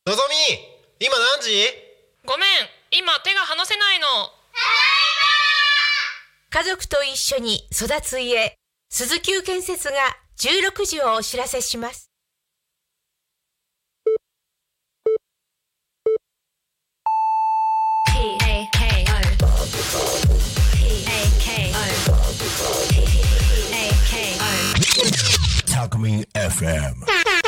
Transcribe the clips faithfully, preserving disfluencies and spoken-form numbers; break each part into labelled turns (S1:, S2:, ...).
S1: のぞみ、今何時？
S2: ごめん、今手が離せないの。
S3: 家族と一緒に育つ家、鈴木建設がじゅうろくじをお知らせします。
S4: タコミン エフエム。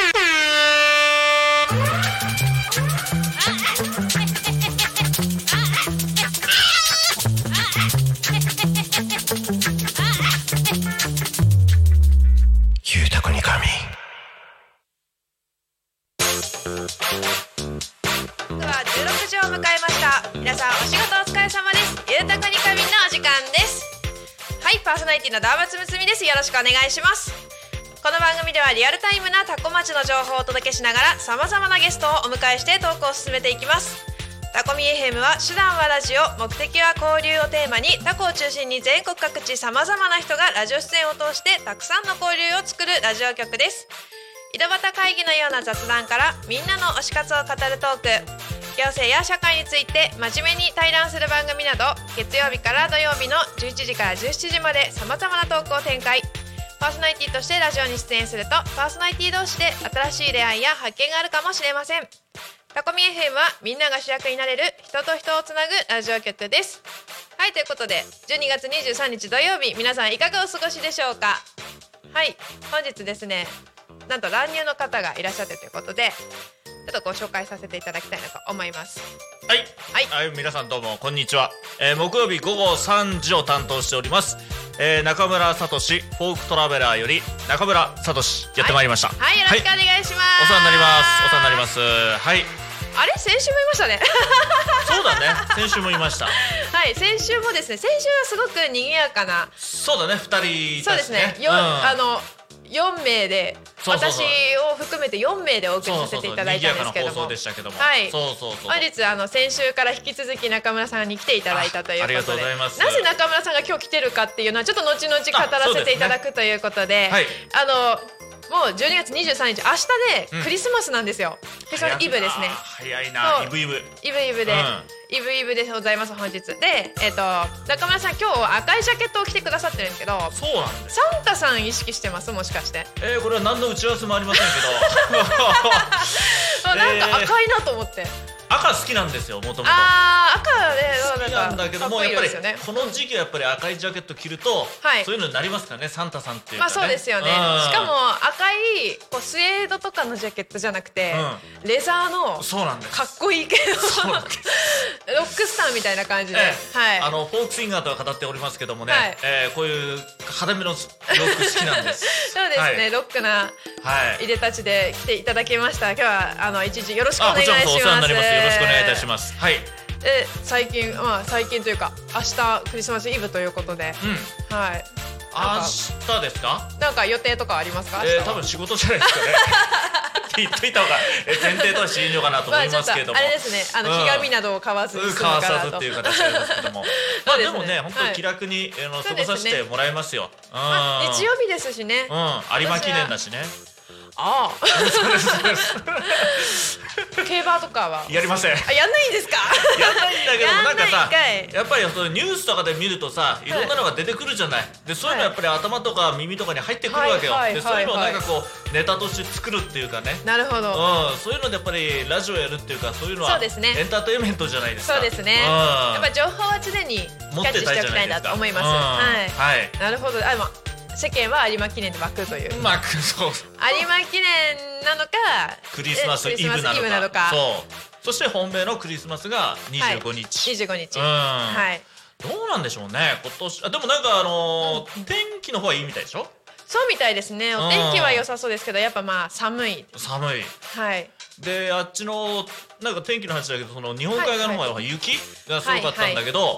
S1: ゆうたこにかみ。
S5: ではじゅうろくじを迎えました。皆さんお仕事お疲れ様です。ゆうたこにかみのお時間です。はい、パーソナリティのダーバツムツミです。よろしくお願いします。この番組ではリアルタイムなタコ町の情報をお届けしながら様々なゲストをお迎えしてトークを進めていきます。タコミ エフエム は手段はラジオ、目的は交流をテーマにタコを中心に全国各地様々な人がラジオ出演を通してたくさんの交流を作るラジオ局です。井戸端会議のような雑談からみんなの推し活を語るトーク、行政や社会について真面目に対談する番組など、月曜日から土曜日のじゅういちじからじゅうしちじまで様々なトークを展開。パーソナリティとしてラジオに出演するとパーソナリティ同士で新しい出会いや発見があるかもしれません。タコミ エフエム はみんなが主役になれる人と人をつなぐラジオ局です。はい、ということでじゅうにがつにじゅうさんにち土曜日、皆さんいかがお過ごしでしょうか。はい、本日ですね、なんと乱入の方がいらっしゃってということで、ちょっとご紹介させていただきたいなと思います。
S6: はい、はいはい、皆さんどうもこんにちは、えー、木曜日午後さんじを担当しております、えー、中村聡フォークトラベラーより中村聡やってまいりました。
S5: はい、はい、よろしくお願いします、はい、
S6: お世話になりますお世話になります。はい、
S5: あれ先週もいましたね
S6: そうだね、先週もいました
S5: はい、先週もですね、先週はすごく賑やかな、
S6: そうだね、ふたり、
S5: そうですね、よ、うん、あのよんめいで、そうそうそう、私を含めてよんめいでお送りさせていただいたんですけども、
S6: そうそうそう、賑やかな放送でしたけども、
S5: はい、
S6: そうそうそう、
S5: 本日あの先週から引き続き中村さんに来ていただいたということで、
S6: あ, ありがとうございます。
S5: なぜ中村さんが今日来てるかっていうのはちょっと後々語らせていただくということで、
S6: はい、
S5: あのもうじゅうにがつにじゅうさんにち、明日でクリスマスなんですよ、うん、クリスマスイブですね。
S6: 早いな、イブイブ
S5: イブイブで、うん、イブイブでございます。本日で、えー、と中村さん今日赤いジャケットを着てくださってるんですけど、
S6: そうなんです。
S5: サンタさん意識してます？もしかして。
S6: えー、これは何の打ち合わせもありませんけど
S5: なんか赤いなと思って、えー、
S6: 赤好きなんですよ、もともと。
S5: あー、赤で
S6: 好きなんだけども、やっぱり
S5: ね、
S6: この時期はやっぱり赤いジャケット着ると、はい、そういうのになりますからね、サンタさんっていうかね。
S5: まあそうですよね。しかも赤いこうスウェードとかのジャケットじゃなくて、うん、レザーのかっこいい系のロックスターみたいな感じで、ええ、はい、
S6: あのフォークシンガーとは語っておりますけどもね、はい、えー、こういう派手めのロック好きなんです
S5: そうですね、はい、ロックな入れたちで来ていただきました。今日はあの一時よろしくお願いします。
S6: お世話になります。よろしくお願いいたします。はい。
S5: で最近、まあ最近というか明日クリスマスイブということで、うん、はい。
S6: 明日ですか？
S5: なんか予定とかありますか？
S6: えー、多分仕事じゃないですかねって言っといた方が前提とはしていいのかなと思いますけども、
S5: まあ、あれですね、あの、うん、ひがみなどを買わずに済むかなと、
S6: 買わさずっていう形なんですけどもまあでもね、本当に気楽に、はい、あの過ごさせてもらいますよ。うん、
S5: まあ、日曜日ですしね、
S6: うん、有馬記念だしね。
S5: ああそうですそうです競馬とかは
S6: やりません。
S5: あ、やんないんですか？
S6: やんないんだけどなんかさ、やっぱりニュースとかで見るとさ、いろんなのが出てくるじゃない。でそういうのやっぱり頭とか耳とかに入ってくるわけよ。でそういうのをなんかこうネタとして作るっていうかね。
S5: なるほど。
S6: うん、そういうのでやっぱりラジオやるっていうか、そういうのはエンターテインメントじゃないですか。
S5: そうですね。やっぱ情報は常にキャッチしておきたいなと思います。はい。なるほど。あ、ま世間は有馬記念で巻くという、
S6: 巻く、そう、
S5: 有馬記念なのか
S6: クリスマスイブなの か,
S5: なのか、
S6: そうそして本命のクリスマスがにじゅうごにち、
S5: はい、にじゅうごにち、うん、
S6: はい、どうなんでしょうね今年。あでもなんかあのーうん、天気の方はいいみたいでしょ。
S5: そうみたいですね。お天気は良さそうですけど、やっぱまあ寒い
S6: 寒い、
S5: はい。
S6: であっちのなんか天気の話だけど、その日本海側の方は雪がすごかったんだけど、はいはい、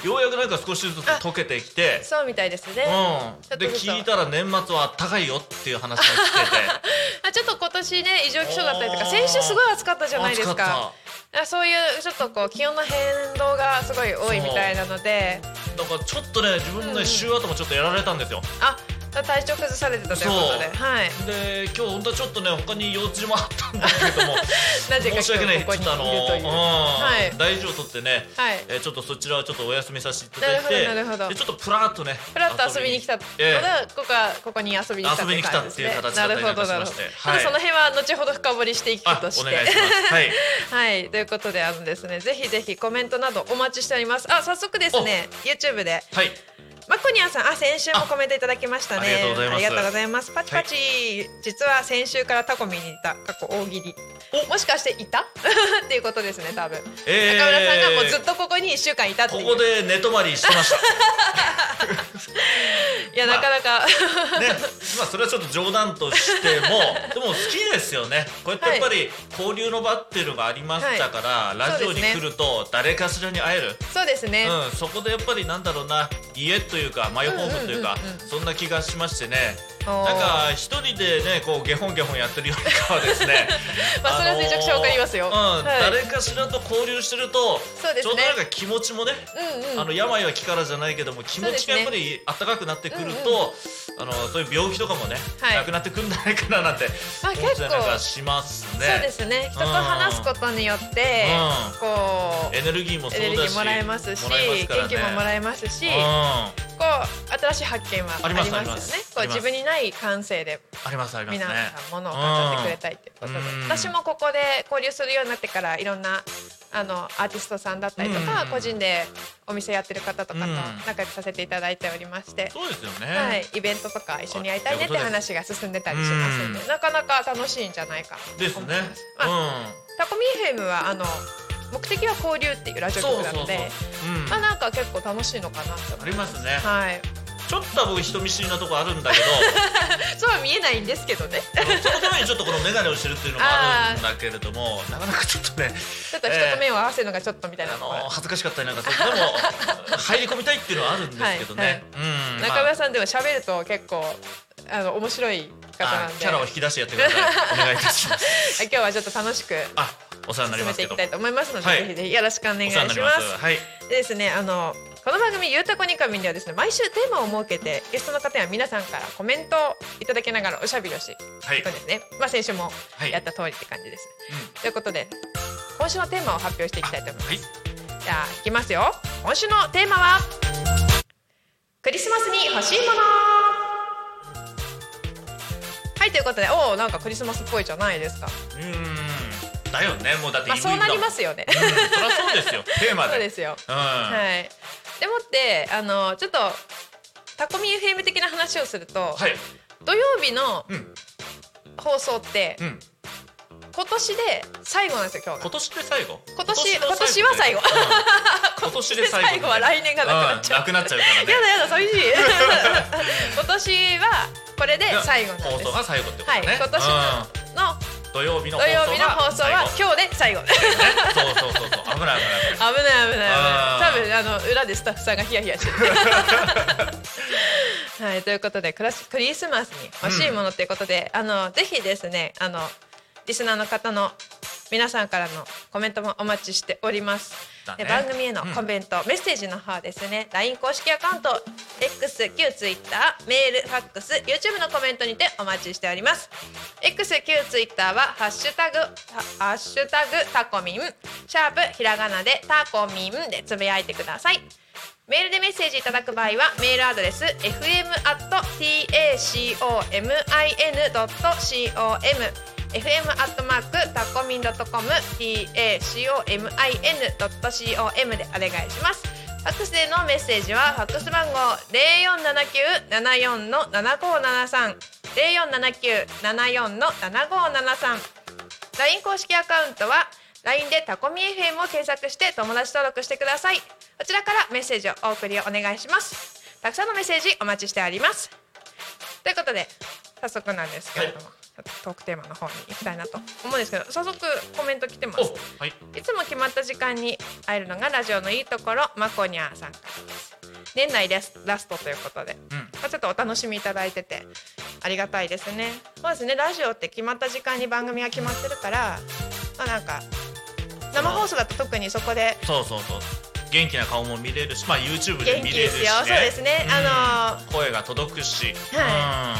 S6: ようやくなんか少しずつ溶けてきて、
S5: そうみたいですね、
S6: うん、で聞いたら年末は暖かいよっていう話が来てて
S5: あちょっと今年ね異常気象だったりとか、先週すごい暑かったじゃないですか。そういうちょっとこう気温の変動がすごい多いみたいなので、
S6: だからちょっとね自分の、ね、週頭ちょっとやられたんですよ。
S5: あ体調崩されてたということで、はい、
S6: で今日本当はちょっとね他に用事もあったんだけども
S5: なぜか
S6: 申し訳ない、
S5: ここにいるという、
S6: ちょっとあのーうん
S5: はい、
S6: 大事を取ってね、
S5: はい
S6: えー、ちょっとそちらはちょっとお休みさせていただいて、
S5: なるほどなるほど、
S6: でちょっとプラーっとね
S5: プラッと遊びに来たの
S6: え
S5: で、ここはここに遊びに来たっていう感じですね。
S6: 遊びに来たっていう形だったりなんかしまして、
S5: なるほどなるほど、はい、その辺は後ほど深掘りしていくとして、
S6: お願いしますはい、
S5: はい、ということであのですね、ぜひぜひコメントなどお待ちしております。あ、早速ですね YouTube で、
S6: はい、
S5: マコニャンさん、あ、先週もコメントいただきましたね。
S6: ありがとうございます。
S5: ありがとうございます。パチパチ、はい、実は先週からタコミにいた過去大喜利、もしかしていたっていうことですね、多分、えー、中村さんがもうずっとここにいっしゅうかんいたっていう、
S6: ここで寝泊まりしてました
S5: いや、まあ、なかなか
S6: ね、まあそれはちょっと冗談としてもでも好きですよね。こうやってやっぱり交流の場っていうのがありましたから、はい、ラジオに来ると誰かしらに会える。
S5: そうですね、
S6: うん、そこでやっぱりなんだろうな、家というかマイホームというか、そんな気がしましてね。なんか一人でね、こうゲホンゲホンやってるよりかはですね
S5: まあそれはめちゃくちゃわかりますよ、
S6: うん、はい、誰かしらと交流してると、
S5: そうですね、
S6: ちょうどなんか気持ちもね、うんうん、あの病は気からじゃないけども気持ちがやっぱりあったかくなってくると、あのそういう病気とかもね、はい、なくなってくるんじゃないかななんて思ってたりなんかしますね。
S5: そうですね、人と話すことによって、うん、こう
S6: エネルギーもそうだし、エネルギーもらえますし、
S5: 元気ももらえますし、うん、こう新しい発見はありますよね。こう自分にない感性で
S6: ありますありますね、
S5: 皆さんものを語ってくれたいっていうことで、私もここで交流するようになってからいろんなあのアーティストさんだったりとか、個人でお店やってる方とかと仲良くさせていただいておりまして、
S6: そうですよね、
S5: はい、イベントとか一緒にやりたいねって話が進んでたりしますので、なかなか楽しいんじゃないかなと思います。まあ、タコミ エフエム はあの目的は交流っていうラジオ局なので、まあなんか結構楽しいのかなと思います。
S6: ありますね。
S5: はい。
S6: ちょっとは僕人見知りなとこあるんだけど
S5: そうは見えないんですけどね
S6: そのためにちょっとこの眼鏡をしてるっていうのもあるんだけれども、なかなかちょっとね、
S5: ちょっと人と目を合わせるのがちょっとみたいな、
S6: えー、あの恥ずかしかったりなんかでも入り込みたいっていうのはあるんですけどね、はいはい、うん、
S5: 中村さんでも喋ると結構あの面白い方なんで、
S6: キャラを引き出してやってくださいお願いいたします
S5: 今日はちょっと楽しく
S6: あお世話になりますけど
S5: 進めていきたいと思いますので、はい、ぜひぜひよろしくお願いします。
S6: はい、
S5: でですね、あのこの番組ゆうたこにかみんではですね、毎週テーマを設けてゲストの方や皆さんからコメントをいただきながらおしゃべりをしていくんですね、はい、まあ先週もやった通りって感じです、はい、うん、ということで今週のテーマを発表していきたいと思います、はい、じゃあいきますよ。今週のテーマはクリスマスに欲しいもの。はい、ということで、おお、なんかクリスマスっぽいじゃないですか。
S6: うーんだよね、もうだって、
S5: まあ、そうなりますよね、
S6: うん、そりゃそうですよテーマで
S5: そうですよ、
S6: うん、
S5: はい。でもってあのちょっとタコミ エフエム 的な話をすると、はい、土曜日の放送って、うん、今年で最後なんですよ。今日が
S6: 今年で最後、
S5: 今年今年は最後、うん、
S6: 今年で最後
S5: は来年がなくなっちゃう、
S6: うん、なくなっちゃうからね
S5: やだやだ寂しい今年はこれで最後なんです。
S6: 放送が最後ってことね、はい、
S5: 今年の、うん土曜日の放
S6: 送
S5: は今日で最後、ね、
S6: そうそうそうそう、危ない危ない危ない
S5: 危ない危ない、多分あの裏でスタッフさんがヒヤヒヤしてるはい、ということでクリスマスに欲しいものということで、うん、あのぜひですね、あのリスナーの方の皆さんからのコメントもお待ちしております、ね、で番組へのコメント、うん、メッセージの方ですね、 ライン 公式アカウント X、旧 Twitter、メール、ファックス、YouTube のコメントにてお待ちしております。 X、旧 Twitter はハッシュタグハッシュタグタコミン、シャープひらがなでタコミンでつぶやいてください。メールでメッセージいただく場合はメールアドレス エフエム アット タコミン ドット コム エフエム アットマークタコミン ドット コム タコミン ドット コム でお願いします。ファックスでのメッセージはファックス番号 ゼロよんななきゅう ななよん ななごななさん ゼロよんななきゅう ななよん ななごななさん、 ライン 公式アカウントは ライン でタコミ エフエム を検索して友達登録してください。こちらからメッセージをお送りをお願いします。たくさんのメッセージお待ちしております。ということで早速なんですけれども、はい、トークテーマの方に行きたいなと思うんですけど、早速コメント来てます、はい、いつも決まった時間に会えるのがラジオのいいところ、まこにゃーさんからです。年内ラストということで、うん、まあ、ちょっとお楽しみいただいててありがたいですね。そうですね、ラジオって決まった時間に番組が決まってるから、まあ、なんか生放送だと特にそこで
S6: そうそうそう元気な顔も見れるし、まあ、YouTube で見れるし、ね、
S5: 元気ですよ。そうですね、うん、あのー、
S6: 声が届くし、
S5: はい、うん、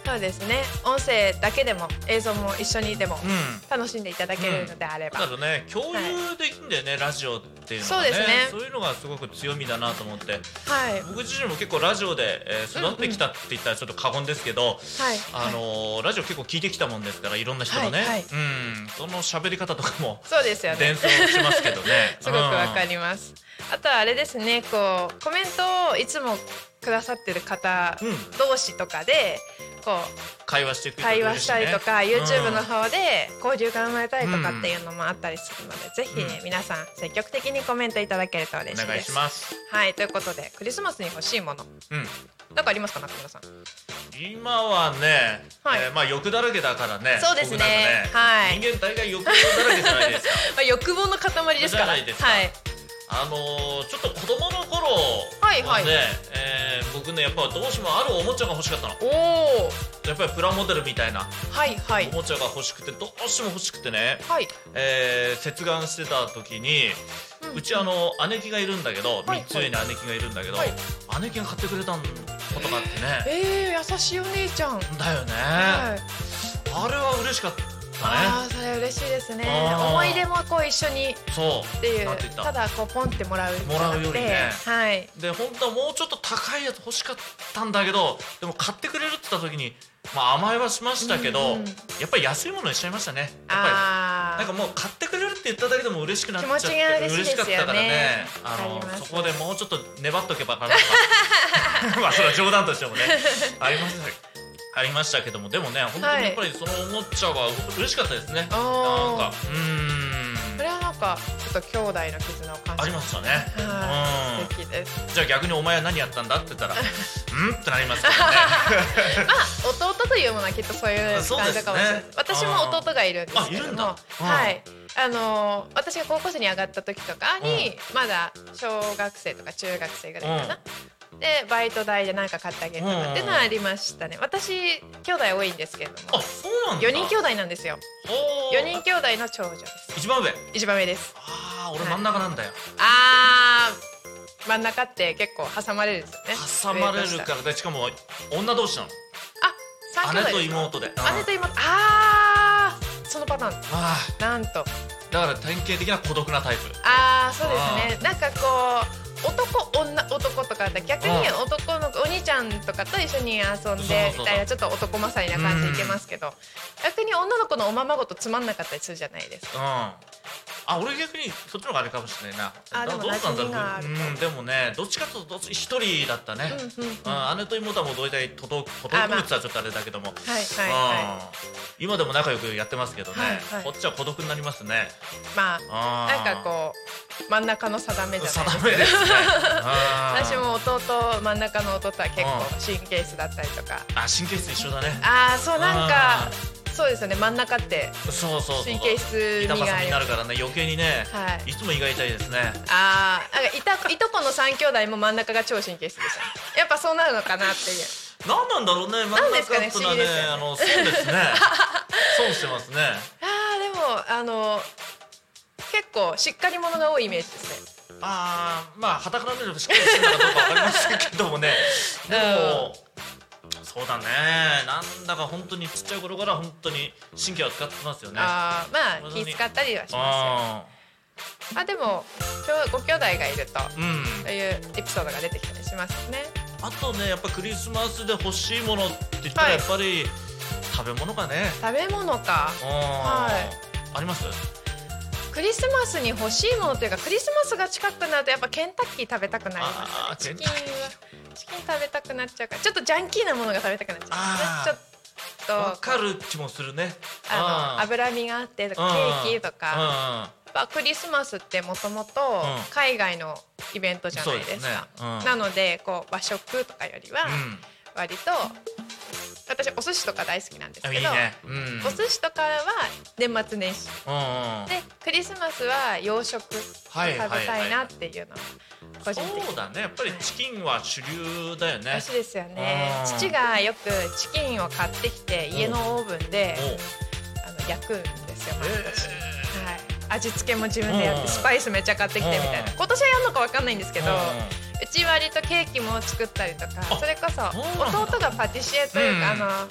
S5: そうですね。音声だけでも映像も一緒にでも
S6: うん
S5: 楽しんでいただけるのであれば、
S6: だからね共有できるんだよね、ラジオっていうのはね。
S5: そうですね
S6: そういうのがすごく強みだなと思って、
S5: はい
S6: 僕自身も結構ラジオで、えー育ってきたって言ったらちょっと過言ですけど、
S5: はい
S6: あのーラジオ結構聞いてきたもんですから、いろんな人のね、
S5: はいはい
S6: うんその喋り方とかも
S5: そうですよね。
S6: 伝送しますけどね
S5: すごくわか
S6: り
S5: ります。あとはあれですね、こうコメントをいつもくださってる方
S6: うん
S5: 同士とかでこう
S6: 会話していくと
S5: 会話したりとか、YouTube の
S6: うん
S5: 方で交流が生まれたりとかっていうのもあったりするので、ぜひ
S6: うん
S5: 皆さん積極的にコメントいただけると嬉しいです。
S6: お願いします。
S5: はい、ということでクリスマスに欲しいもの
S6: うん
S5: なんかありますか、中村さん。
S6: 今はね、
S5: はい
S6: えーまあ欲だらけだからね。
S5: そうですね
S6: 僕なんかね
S5: はい
S6: 人間大概欲だらけじゃないですか。
S5: まあ、欲望の塊ですから。
S6: じゃないですか
S5: はい。
S6: あのー、ちょっと子供の頃
S5: はいはい
S6: ね、えー僕ねやっぱどうしてもあるおもちゃが欲しかったの。
S5: おお。
S6: やっぱりプラモデルみたいな
S5: はいはい
S6: おもちゃが欲しくて、どうしても欲しくてね、
S5: はい。
S6: えー接岸してた時に、
S5: うん
S6: うちあの姉貴がいるんだけど、
S5: はい
S6: みっつ上に姉貴がいるんだけど、
S5: はい
S6: 姉貴が買ってくれたことがあってね。
S5: えー、優しいお姉ちゃん。
S6: だよね、
S5: はい。
S6: あれは嬉しかったね。
S5: ああ、それ嬉しいですね。
S6: あー
S5: 思い出もこう一緒に
S6: そう
S5: っていう
S6: なんて言った
S5: ただこうポンってもらうじゃなくて、
S6: もらうよりね
S5: はい。
S6: で本当はもうちょっと高いやつ欲しかったんだけど、でも買ってくれるって言った時に、まあ、甘えはしましたけど、
S5: うんうん
S6: やっぱり安いものにしちゃいましたね。やっぱ
S5: あ
S6: りなんかもう買ってくれるって言っただけでも嬉しくなっちゃって、
S5: 気持ちが嬉しいですよね
S6: かったからね、あの
S5: わかります
S6: そこでもうちょっと粘っとけばかなとかまあそれは冗談としてもねありましたありましたけども、でもね本当にやっぱりそのおもちゃは嬉しかったですね。なん
S5: おー
S6: かうーん
S5: それはなんかちょっと兄弟の絆を感じ
S6: ありましたね。
S5: はい、
S6: うん
S5: 素敵です。
S6: じゃあ逆にお前は何やったんだって言ったらうんってなりますけどね。
S5: まあ弟というものはきっとそういう
S6: そうですね
S5: 感じかもしれない。私も弟がいるんですけども、
S6: あいるんだうん
S5: はい。あのー私が高校生に上がった時とかに、まだ小学生とか中学生ぐらいかな。でバイト代で何か買ってあげるとかっていうのはありましたね。私兄弟多いんですけれども、
S6: あ、そうなんだ。
S5: よにん兄弟なんですよ。
S6: ほー
S5: よにん兄弟の長女です。
S6: 一番上。
S5: 一番上です。
S6: ああ、俺真ん中なんだよ。
S5: あー、真ん中って結構挟まれるんですよね。
S6: 挟まれる
S5: 上と下
S6: からで、しかも女同士なの。
S5: あ、三兄弟
S6: 姉と
S5: ですか
S6: 妹で。
S5: 姉と妹、あー、そのパターン。
S6: あ
S5: なんと。
S6: あ、だから典型的な孤独なタイプ。
S5: あー、そうですね。なんかこう男女男とかだったら逆に男の子お兄ちゃんとかと一緒に遊ん
S6: そう
S5: で
S6: そうそう
S5: みたいなちょっと男勝りな感じでいけますけど、逆に女の子のおままごとつまんなかったりするじゃないですか。
S6: うん。あ、俺逆にそっちの方があれかもしれないな。
S5: あでも
S6: どうなんだろ
S5: 馴染みがある
S6: う。うん、でもね、どっちかというとどっち一人だったね。
S5: うんうんうん
S6: うん、姉と妹はもう大体届く届くって言ったらちょっとあれだけども。
S5: はいはいは
S6: うん今でも仲良くやってますけどね、
S5: はいはい
S6: こっちは孤独になりますね。
S5: い。まあ
S6: あー
S5: なんかこう真ん中の定めじゃないですか。
S6: 定めですね。あー
S5: 私も弟真ん中の弟は結構神経質だったりとか。
S6: あ、神経質一緒だね。
S5: ああそうなん
S6: あ
S5: かそうですよね、真ん中って
S6: そうそうそう。
S5: 神経質味があり
S6: 板挟みになるからね、余計にね、
S5: はい
S6: いつも胃が痛いですね。
S5: ああ、なんかいたいとこの三兄弟も真ん中が超神経質でしたね。やっぱそうなるのかなっていう。
S6: なんなんだろうね、真ん
S5: なんですかね
S6: 中ってのはね、
S5: 不思議ですよね
S6: あのそうですね。損してますね。
S5: ああでもあの結構しっかり者が多いイメージですね。
S6: ああ、まあ傍から見るとしっかりしてるのかどうかわかりませんけどもね。でも。そうだね、なんだか本当にちっちゃい頃から本当に神経を使ってますよね。
S5: ああまあ
S6: 本当に
S5: 気使ったりはしますよ。
S6: あ
S5: あでもちょご兄弟がいると
S6: ーうん。
S5: そういうエピソードが出てきたりしますね。
S6: あとね、やっぱクリスマスで欲しいものって言ったら
S5: はい
S6: やっぱり食べ物かね。
S5: 食べ物か。
S6: は。
S5: はい
S6: あります？
S5: クリスマスに欲しいものというかクリスマスが近くなるとやっぱケンタッキー食べたくなり
S6: あー
S5: ますね。チキン
S6: ケンタッ
S5: はチキン食べたくなっちゃうからちょっとジャンキーなものが食べたくなっちゃう
S6: あー
S5: ちょっと
S6: わかる気もするね。
S5: あの脂身があってとかケーキとか
S6: うんうん
S5: やっぱクリスマスってもともと
S6: ん
S5: 海外のイベントじゃないですか。
S6: そうですねうん
S5: なのでこう和食とかよりは
S6: うん
S5: 割と私お寿司とか大好きなんです
S6: あ、
S5: けど
S6: いいね。うん。
S5: お寿司とかは年末年始
S6: うんうん。
S5: でクリスマスは洋食食べ
S6: はいはいはい
S5: たいなっていうのは個人的に
S6: そうだね。やっぱりチキンは主流だよね。
S5: 美味しいですよね。
S6: うん
S5: 父がよくチキンを買ってきて家のオーブンで
S6: おう
S5: あの焼くんですよ毎年、
S6: え
S5: はい、味付けも自分でやって
S6: うん
S5: スパイスめっちゃ買ってきてみたいな
S6: うん
S5: 今年はやるのかわかんないんですけど
S6: うん
S5: うち割とケーキも作ったりとか
S6: あ
S5: それこそ
S6: そうなんだ
S5: 弟がパティシエというか、
S6: うん
S5: あの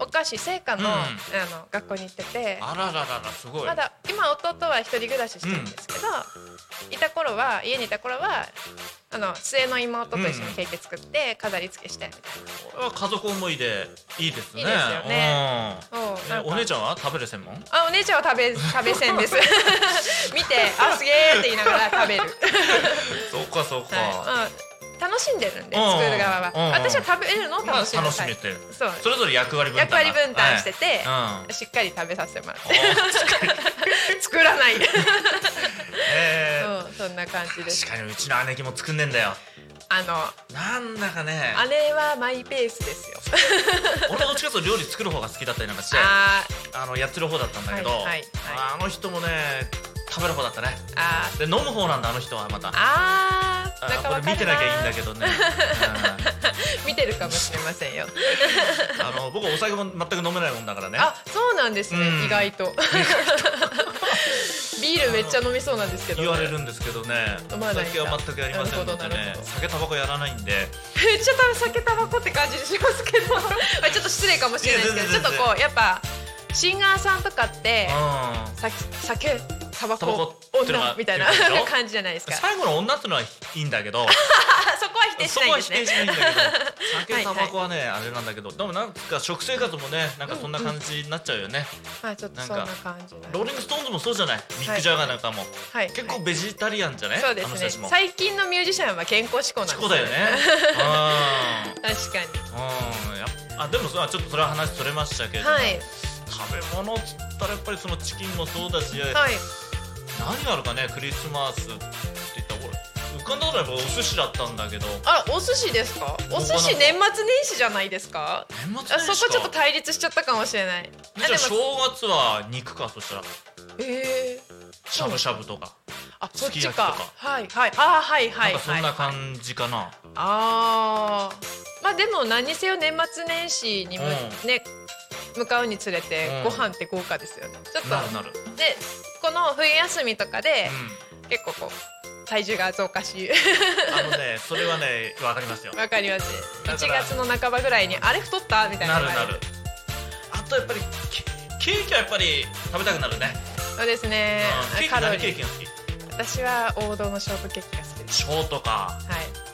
S5: お菓子製菓の、
S6: うん、
S5: あの学校に行ってて、
S6: あららららすごい。
S5: まだ今弟は一人暮らししてるんですけど、うん、いた頃は家にいた頃はあの末の妹と一緒にケーキ作って飾り付けしてみたいな、
S6: うん、家族思いでいいですね。
S5: いいですよね。
S6: うん、お姉ちゃんは食べる専門？
S5: あ、お姉ちゃんは食べ食べ専です見てあすげーって言いながら食べる
S6: そうかそうか、
S5: はい、楽しんでるんで作る側は、うんうん、私は食べるのを楽しんで、まあ、
S6: 楽しめてる。
S5: そう、
S6: それぞれ役割分担
S5: 役割分担してて、はい、しっかり食べさせてもらって作らないでえー、そう、そんな感じです。
S6: 確かにうちの姉貴も作んねんだよ。
S5: あの
S6: なんだかね、
S5: 姉はマイペースですよ
S6: 俺どっちかというと料理作る方が好きだったりなんかしてああのやってる方だったんだけど、はいはいはい、あの人もね食べる方だったね。あで飲む方なんだあの人はまた。ああ、なんかこれ見てなきゃいいんだけどね
S5: 見てるかもしれませんよ
S6: あの僕お酒も全く飲めないもんだからね。
S5: あ、そうなんですね、うん、意外とビールめっちゃ飲みそうなんですけど、ね、
S6: 言われるんですけどね、お酒は全くやりませんのでね、酒タバコやらないんで
S5: めっちゃ酒タバコって感じしますけどちょっと失礼かもしれないですけど、ちょっとこうやっぱシンガーさんとかって、うん、酒タバコ女みたいな感じじゃないですか。
S6: 最後の女ってのはいいんだけど
S5: そこは否定しないんですね。
S6: そこは否定しないんだけど酒タバコはね、はいはい、あれなんだけど、でもなんか食生活もねなんかそんな感じになっちゃうよね、
S5: うんうん、あ、ちょっとそんな感じ。
S6: ローリングストーンズもそうじゃない、ミック・ジャガーなんかも、はい、結構ベジタリアンじゃない、
S5: そうですね。最近のミュージシャンは健康志向なんですよね。
S6: 志向だよね
S5: 確かに。
S6: うん、やあでもちょっとそれは話それましたけれども、はい、食べ物っつったらやっぱりそのチキンもそうだし、はい、何があるかね、クリスマスって言ったら浮かんだことはやっぱお寿司だったんだけど。
S5: あ、お寿司ですか。お寿司年末年始じゃないですか。
S6: 年末年始か。
S5: あそこちょっと対立しちゃったかもしれない。
S6: じゃあ正月は肉か、そしたらえー、しゃぶしゃぶとか、
S5: あ、そっちか。はいはい、あ、はいはい、
S6: なんかそんな感じかな、はい、
S5: あー、まあでも何にせよ年末年始にむ、うん、ね向かうにつれて、うん、ご飯って豪華ですよね。ちょっと
S6: なるなる。
S5: でこの冬休みとかで、うん、結構こう体重が増加し
S6: あのね、それはね分かりますよ。
S5: 分かります。いちがつの半ばぐらいにあれ太ったみたいな
S6: なるなる。あとやっぱりケーキはやっぱり食べたくなるね。
S5: そうですね、
S6: うん、ケーキ何ケーキが好き？
S5: 私は王道のショートケーキが好きです。
S6: ショートか。
S5: はい。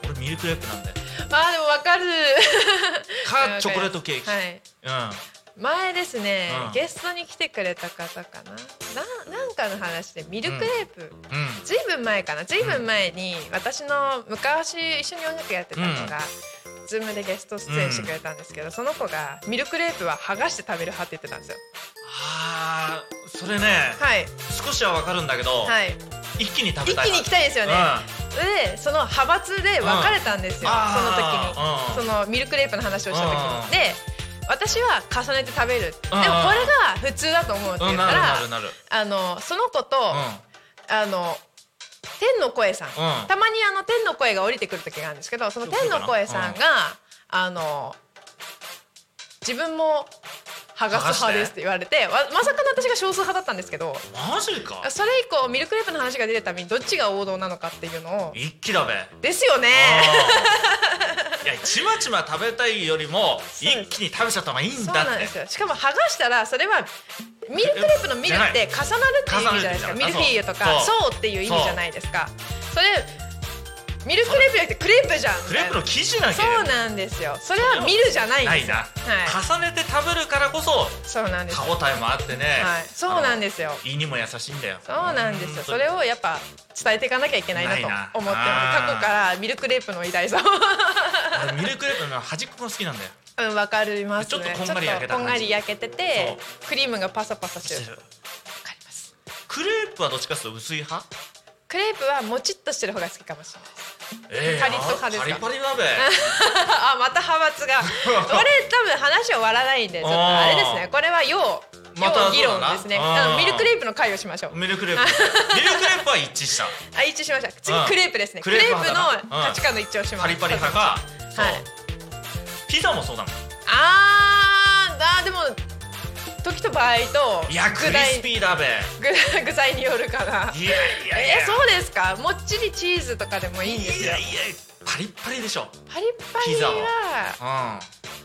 S6: 俺ミルクレープなんで。
S5: まあでも分かる
S6: かチョコレートケーキ。
S5: はい、うん、前ですね、うん、ゲストに来てくれた方かな、な、なんかの話でミルクレープ、うんうん、ずいぶん前かな、ずいぶん前に私の昔一緒に音楽やってたのが、うん、ズームでゲスト出演してくれたんですけど、うん、その子がミルクレープは剥がして食べる派って言ってたんですよ。
S6: あー、それね、はい、少しは分かるんだけど、はい、一気に食べたい。
S5: 一気に行きたいですよね、うん、でその派閥で分かれたんですよ、うん、その時に、うん、そのミルクレープの話をした時に、うん、で私は重ねて食べる、でもこれが普通だと思うって言ったら、あのその子と、うん、あの天の声さん、うん、たまにあの天の声が降りてくる時があるんですけど、その天の声さんが、うん、あの自分も剥がす派ですって言われて、まさかの私が少数派だったんですけど、
S6: マジか。
S5: それ以降ミルクレープの話が出るたびにどっちが王道なのかっていうのを
S6: 一気だべ
S5: ですよね
S6: いや、ちまちま食べたいよりも一気に食べちゃった方がいいんだって。そうなんですよ。し
S5: かも剥がしたらそれはミルクレープのミルって重なるっていう意味じゃないですか。ミルフィーユとかそうっていう意味じゃないですか。それミルクレープじゃなくてクレープじゃん。
S6: クレープの生地なきゃ。
S5: そうなんですよ。それはミルじゃないんですよ。
S6: はい、重ねて食べるからこそ
S5: そうなんです。
S6: 歯応えもあってね、はい、
S5: そうなんですよ。
S6: 胃にも優しいんだよ。
S5: そうなんですよ。それをやっぱ伝えていかなきゃいけないなと思ってます。過去からミルクレープの偉大さを
S6: ミルクレープの端っこが好きなんだよ。
S5: うん、わかりますね。
S6: ちょっとこんがり焼けた
S5: こんがり焼けててクリームがパサパサしてる。わか
S6: ります。クレープはどっちかというと薄い派？
S5: クレープはもちっとしてる方が好きかもしれないです。えー、カリッと派ですか。
S6: パリパリだべ
S5: あ、また派閥がこれ多分話終わらないんでちょっとあれですね。これは要
S6: また
S5: 議論ですね。あのミルクレープの会をしましょう。
S6: ミルクレープミルクレープは一致した
S5: あ、一致しました。次クレープですね。クレープの価値観の一致をします。
S6: パリパリ派か。はい、ピザもそうだもん。
S5: あー、あでも時と場合と
S6: いやクリスピーだべ
S5: 具材によるかな。いやいやいや、えそうですか。もっちりチーズとかでもいいんですよ。
S6: いやいやパリッパリでしょ。
S5: パリッパリは、
S6: うん、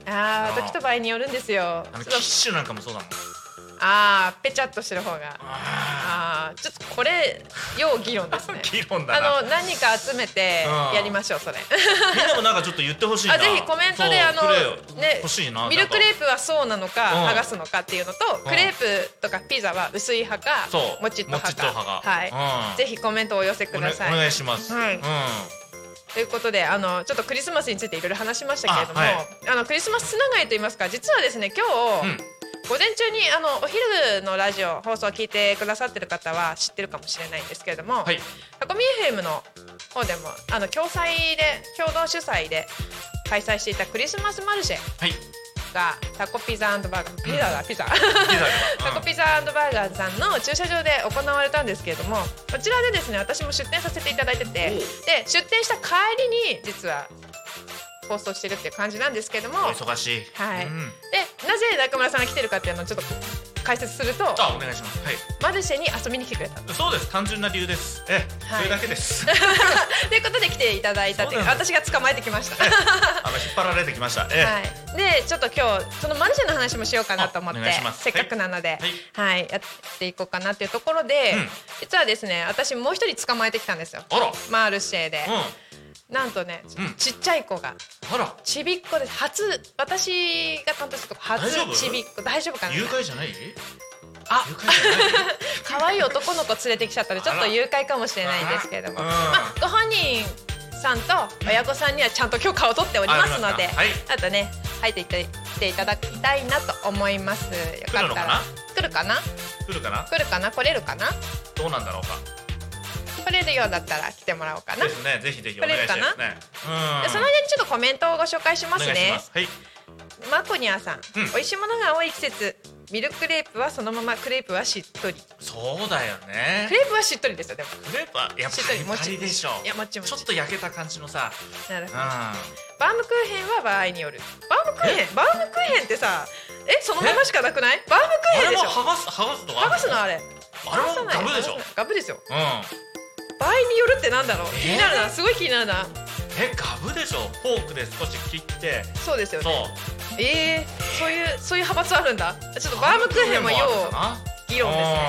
S5: ああ時と場合によるんですよ。
S6: あのキッシュなんかもそうだもん。
S5: あーペチャっとしてる方があーちょっとこれ要議論ですね。
S6: 議論だな。
S5: あの何か集めてやりましょうそれ。
S6: みんなもなんかちょっと言ってほしいな。
S5: あぜひコメントであのね
S6: 欲しいな。
S5: ミルクレープはそうなのか
S6: うん
S5: 剥がすのかっていうのと、クレープとかピザは薄い派か
S6: そう
S5: もちっと派
S6: もちっと
S5: か
S6: 派が
S5: はい、
S6: うん
S5: ぜひコメントをお寄せください。
S6: お願いします。
S5: はい
S6: うん。
S5: ということであのちょっとクリスマスについていろいろ話しましたけれども、あ、
S6: あはい
S5: のクリスマスつながりといいますか、実はですね今日、
S6: うん
S5: 午前中にあのお昼のラジオ放送を聞いてくださってる方は知ってるかもしれないんですけれども、
S6: はい。
S5: タコミ エフエム の方でもあの共催で共同主催で開催していたクリスマスマルシェ
S6: はい。
S5: がタコピザ&バーガーピザだピザ
S6: ピザ
S5: タコピザ&バーガーさんの駐車場で行われたんですけれども、こちらでですね私も出店させていただいてて、で出店した帰りに実は放送してるっていう感じなんですけども、
S6: お忙しい。
S5: はい、
S6: うん
S5: でなぜ中村さんが来てるかっていうのをちょっと解説すると、
S6: あ、お願いします。はい。
S5: マルシェに遊びに来てくれた
S6: そうです。単純な理由です。え、
S5: はい
S6: それだけです。
S5: ということで来ていただいたっていう
S6: そうなんで
S5: 私が捕まえてきました
S6: えあの引っ張られてきました。え、
S5: はい、でちょっと今日そのマルシェの話もしようかなと思って
S6: あお願いします
S5: せっかくなので、
S6: はい
S5: はいやっていこうかなっていうところで、
S6: うん
S5: 実はですね私もう一人捕まえてきたんですよ、
S6: あら。
S5: マルシェで、
S6: うん。
S5: なんとね、
S6: うん
S5: ちっちゃい子が
S6: あら。
S5: ちびっこです。初私が担当したとこ初
S6: 大丈夫
S5: ちびっこ大丈夫かな。
S6: 誘拐じゃない？
S5: あ
S6: 誘拐じゃない？
S5: 可愛い男の子連れてきちゃったのでちょっと誘拐かもしれないんですけれども、
S6: あら
S5: まあ、ご本人さんと親御さんにはちゃんと許可を取っておりますので、
S6: あありますかはい
S5: あとね入っていって来ていただきたいなと思います。よかったら来るかな
S6: 来るかな？
S5: 来るかな来れるかな
S6: どうなんだろうか。
S5: 来れるようだったら来てもらおうかな。
S6: ですね。ぜひぜひお願いしたいですね。うん。
S5: でその間にちょっとコメントをご紹介します
S6: お願いし
S5: ね
S6: ま。す。はい。
S5: マコニャさん、
S6: うん
S5: 美味しいものが多い季節、ミルククレープはそのまま、クレープはしっとり。
S6: そうだよね
S5: ク。レープはしっとりですよでも。
S6: クレープはやっ
S5: しっと
S6: ぱりパ
S5: りもち
S6: リでしょ。
S5: いやもちもち
S6: ちょっと焼けた感じのさ。
S5: なるほど。
S6: うん。
S5: バームクーヘンは場合による。バームクーヘン、バームクーヘンってさ、えそのまましかなくない？バームクー
S6: あれ
S5: ヘンでしょ。
S6: も剥がす剥がすとか。
S5: 剥がすのあれ。
S6: あれも
S5: 剥がさない
S6: ガブでしょ。
S5: ガブですよ。
S6: うん。
S5: 場合によるってなんだろう。
S6: えー
S5: 気になるな。すごい気になるな。
S6: え、ガブでしょ。フォークで少し切って。
S5: そうですよ
S6: そう。
S5: ね。えー、そういうそういう派閥あるんだ。ちょっとバームクーヘンも要議論ですね。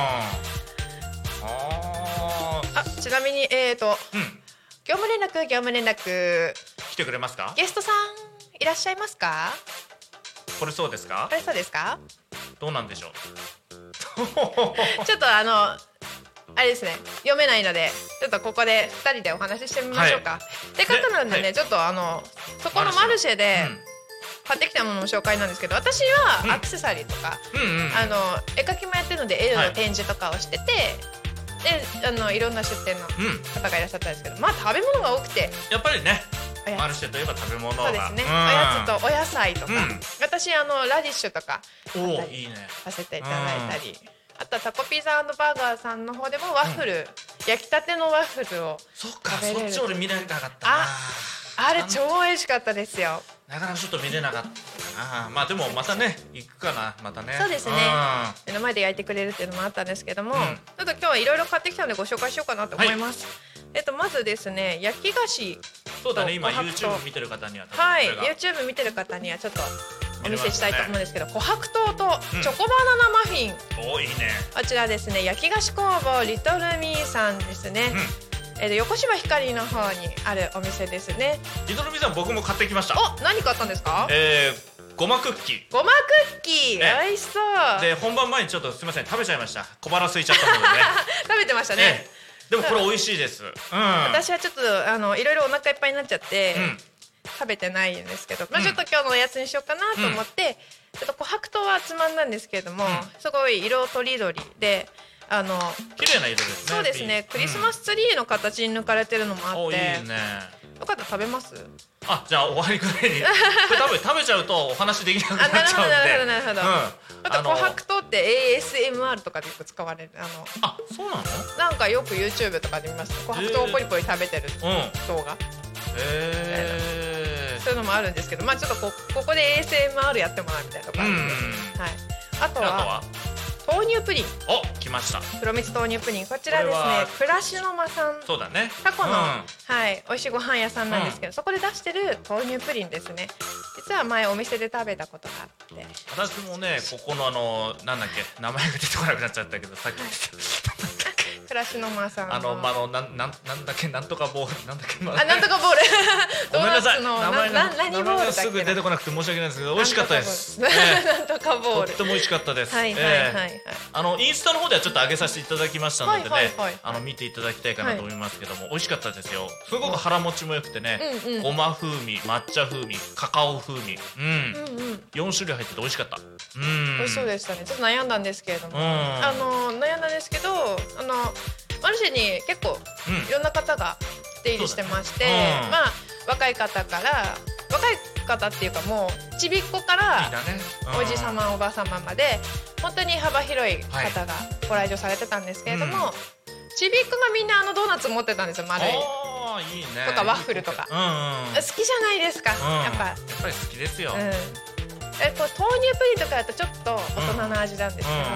S6: あ
S5: あ、ちなみにえーと
S6: ーうん。
S5: 業務連絡業務連絡。
S6: 来てくれますか？
S5: ゲストさんいらっしゃいますか？
S6: これそうですか
S5: こ？れそうですか？
S6: どうなんでしょう。
S5: ちょっとあのあれですね読めないのでちょっとここでふたりでお話ししてみましょうか。
S6: は
S5: せっかくなんでね、
S6: はい
S5: ちょっとあのそこのマルシェで買ってきたものの紹介なんですけど、私はアクセサリーとか、
S6: うんうんうん。
S5: あの絵描きもやってるので絵の展示とかをしてて、であのいろんな出店の
S6: うん。
S5: 方がいらっしゃったんですけど、まあ食べ物が多くて
S6: やっぱりね、
S5: おやつ
S6: マルシェといえば食べ物が。
S5: そうですね、
S6: ん
S5: おやつとお野菜とか、
S6: うん
S5: 私あのラディッシュとか
S6: おお、いいね。
S5: させていただいたり、あとはタコピザ&バーガーさんの方でもワッフル、焼きたてのワッフルを
S6: そっか、
S5: 食べれる
S6: そっち俺見れなかったな。
S5: ああれ超美味しかったですよ。
S6: なかなかちょっと見れなかったな。まあでもまたね、行くかな、またね。
S5: そうですね目の前で焼いてくれるっていうのもあったんですけども、
S6: うん
S5: ちょっと今日はいろいろ買ってきたのでご紹介しようかなと思います、えっとまずですね焼き菓子、
S6: そうだね、今
S5: 琥珀と
S6: YouTube 見てる方には多分
S5: はい
S6: これが
S5: YouTube 見てる方にはちょっとお見せしたいと思うんですけど、琥珀糖と
S6: うん
S5: チョコバナナマフィン、
S6: おお、いいね。
S5: こちらですね焼き菓子工房リトルミーさんですね、えっと横芝光の方にあるお店ですね。
S6: リトルミさん僕も買ってきました。
S5: お、何買ったんですか？
S6: えー、ごまクッキー。
S5: ごまクッキー、
S6: え
S5: 美味しそう
S6: で本番前にちょっとすみません食べちゃいました。小腹空いちゃったのでね。
S5: 食べてましたね、
S6: ええでもこれ美味しいです。うん。
S5: 私はちょっとあのいろいろお腹いっぱいになっちゃって、
S6: うん
S5: 食べてないんですけど、まあ、
S6: うん
S5: ちょっと今日のおやつにしようかなと思って、ちょっと琥珀糖はつまんだんですけれども、
S6: うん
S5: すごい色とりどりであの
S6: 綺麗な色ですね。
S5: そうですね、クリスマスツリーの形に抜かれてるのもあって、
S6: うんおいいね。
S5: よかったら食べます？
S6: あ、じゃあ終わりぐらいに。これ多分食べちゃうとお話できなくな
S5: あ、
S6: っ
S5: なるほど
S6: ちゃうんで。
S5: なるほどなるほど、
S6: うん
S5: あと
S6: あの
S5: 琥珀糖って エーエスエムアール とかでよく使われるあの
S6: あ、そうなの？
S5: なんかよく YouTube とかで見ます琥珀糖をポリポリ食べてる
S6: うん。へ
S5: 動画、
S6: え。
S5: そういうのもあるんですけど、まあちょっとこここで エーエスエムアール やってもらうみたいなとこ
S6: うん。
S5: あるんで、はい、あと
S6: あと
S5: は
S6: は
S5: 豆乳プリン、
S6: お、来ました。
S5: 黒蜜豆乳プリン、こちらですね
S6: これは
S5: 暮らしの間さん、
S6: そうだね。
S5: タコの、
S6: うん
S5: はい、美味しいご飯屋さんなんですけど、そこで出してる豆乳プリンですね。実実は前お店で食べたことがあって、
S6: 私もねここのあのなんだっけ名前が出てこなくなっちゃったけどさっき言ってた
S5: 暮らしの間さんの
S6: あのまあのなんなんなんだっけなんとかボールなんだっけ、まあ、
S5: あなんとかボール
S6: ごめんなさい
S5: ドーナツの
S6: 名前
S5: なな何ボールだっけな
S6: すぐ出てこなくて申し訳ないんですけど美味しかったです。
S5: なんとかボール
S6: とっても美味しかったです。
S5: はいはいはいはい、
S6: えー、あのインスタの方ではちょっと上げさせていただきましたのでね、
S5: はいはいはい、
S6: あの見ていただきたいかなと思いますけども、はい、美味しかったですよ。すごく腹持ちも良くてね、うんうん、ごま風味、抹茶風味、カカオ風味、うん、うんうん、よん種類入ってて美味しかった。うん、
S5: 美味しそうでしたね。ちょっと悩んだんですけれども、うん、あの悩んだんですけど、あのマルシェに結構いろんな方が出入りしてまして、うんうん、まあ若い方から若い方っていうかもうちびっこから
S6: いいだね、うん、
S5: おじさまおばさままで本当に幅広い方がご来場されてたんですけれども、はい、うん、ちびっこがみんなあのドーナツ持ってたんですよ。丸い
S6: あいい、ね、
S5: とかワッフルとか、
S6: うんうん、
S5: 好きじゃないですか、うん、やっぱやっ
S6: ぱり好きですよ、
S5: うん、えこう豆乳プリンとかだとちょっと大人の味なんですけど、うんうん、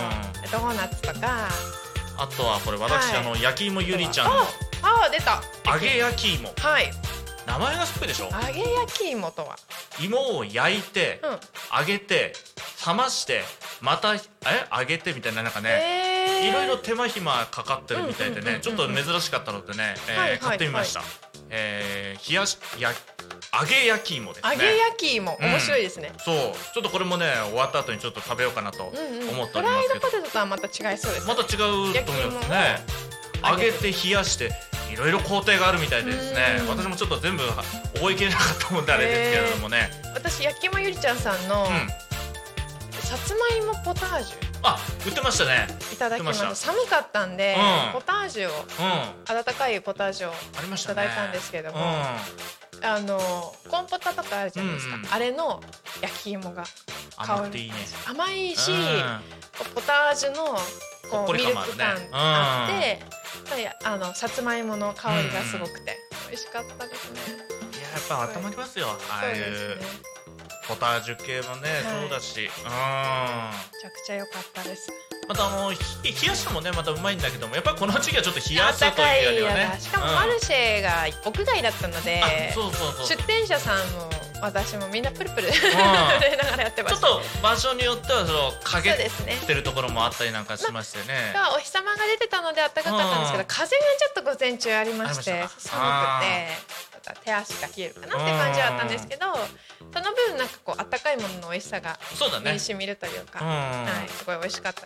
S5: ドーナツとか
S6: あとはこれ私、はい、あの焼き芋ゆりちゃんの
S5: ああ出た
S6: 揚げ焼き芋、
S5: はい、
S6: 名前がすっごいでしょ。
S5: 揚げ焼き芋とは
S6: 芋を焼いて、うん、揚げて冷ましてまたえ揚げてみたいななんかね、いろいろ手間暇かかってるみたいでね、ちょっと珍しかったのでね、えーはいはいはい、買ってみました、えー、冷やしや揚げ焼き芋ですね。
S5: 揚げ焼き芋、うん、面白いですね。
S6: そうちょっとこれもね終わった後にちょっと食べようかなと思っておりますけど、うんうん、フ
S5: ライドポテトとはまた違いそうですね。
S6: また違うと思いますね。揚げて冷やしていろいろ工程があるみたいでですね、私もちょっと全部覚えきれなかったもんであれですけれどもね、
S5: 私焼き芋ゆりちゃんさんの、うん、さつまいもポタージュ
S6: あ売ってましたね。
S5: いただきました。寒かったんで、うん、ポタージュを、うん、温かいポタージュをいただいたんですけれども、あ、ね、あのコーンポタとかあるじゃないですか、うんうん、あれの焼き芋が
S6: 甘くていいね。
S5: 甘いし、うん、ポタージュのこうミルク感あって、うん、あのさつまいもの香りがすごくて、うん、美味しかったですね。
S6: いややっぱ温まりますよ、ああいう、ね、ポタージュ系もね、はい、そうだし、うん、め
S5: ちゃくちゃ良かったです。
S6: またあの冷やしたもねまたうまいんだけども、やっぱりこの時期はちょっと冷やすというよりはね、
S5: しかもマルシェが屋外だったので、うん、そうそうそう出店者さんも私もみんなプルプル震えながらやってました、ね、
S6: ちょっと場所によってはその陰ってるところもあったりなんかしましてね、
S5: まあ、お日様が出てたので暖かかったんですけど、風がちょっと午前中ありまして寒くて手足が冷えるかなって感じはあったんですけど、その分なんかこう温かいものの美味しさが身に染みるというか、はい、すごい美味しかったです。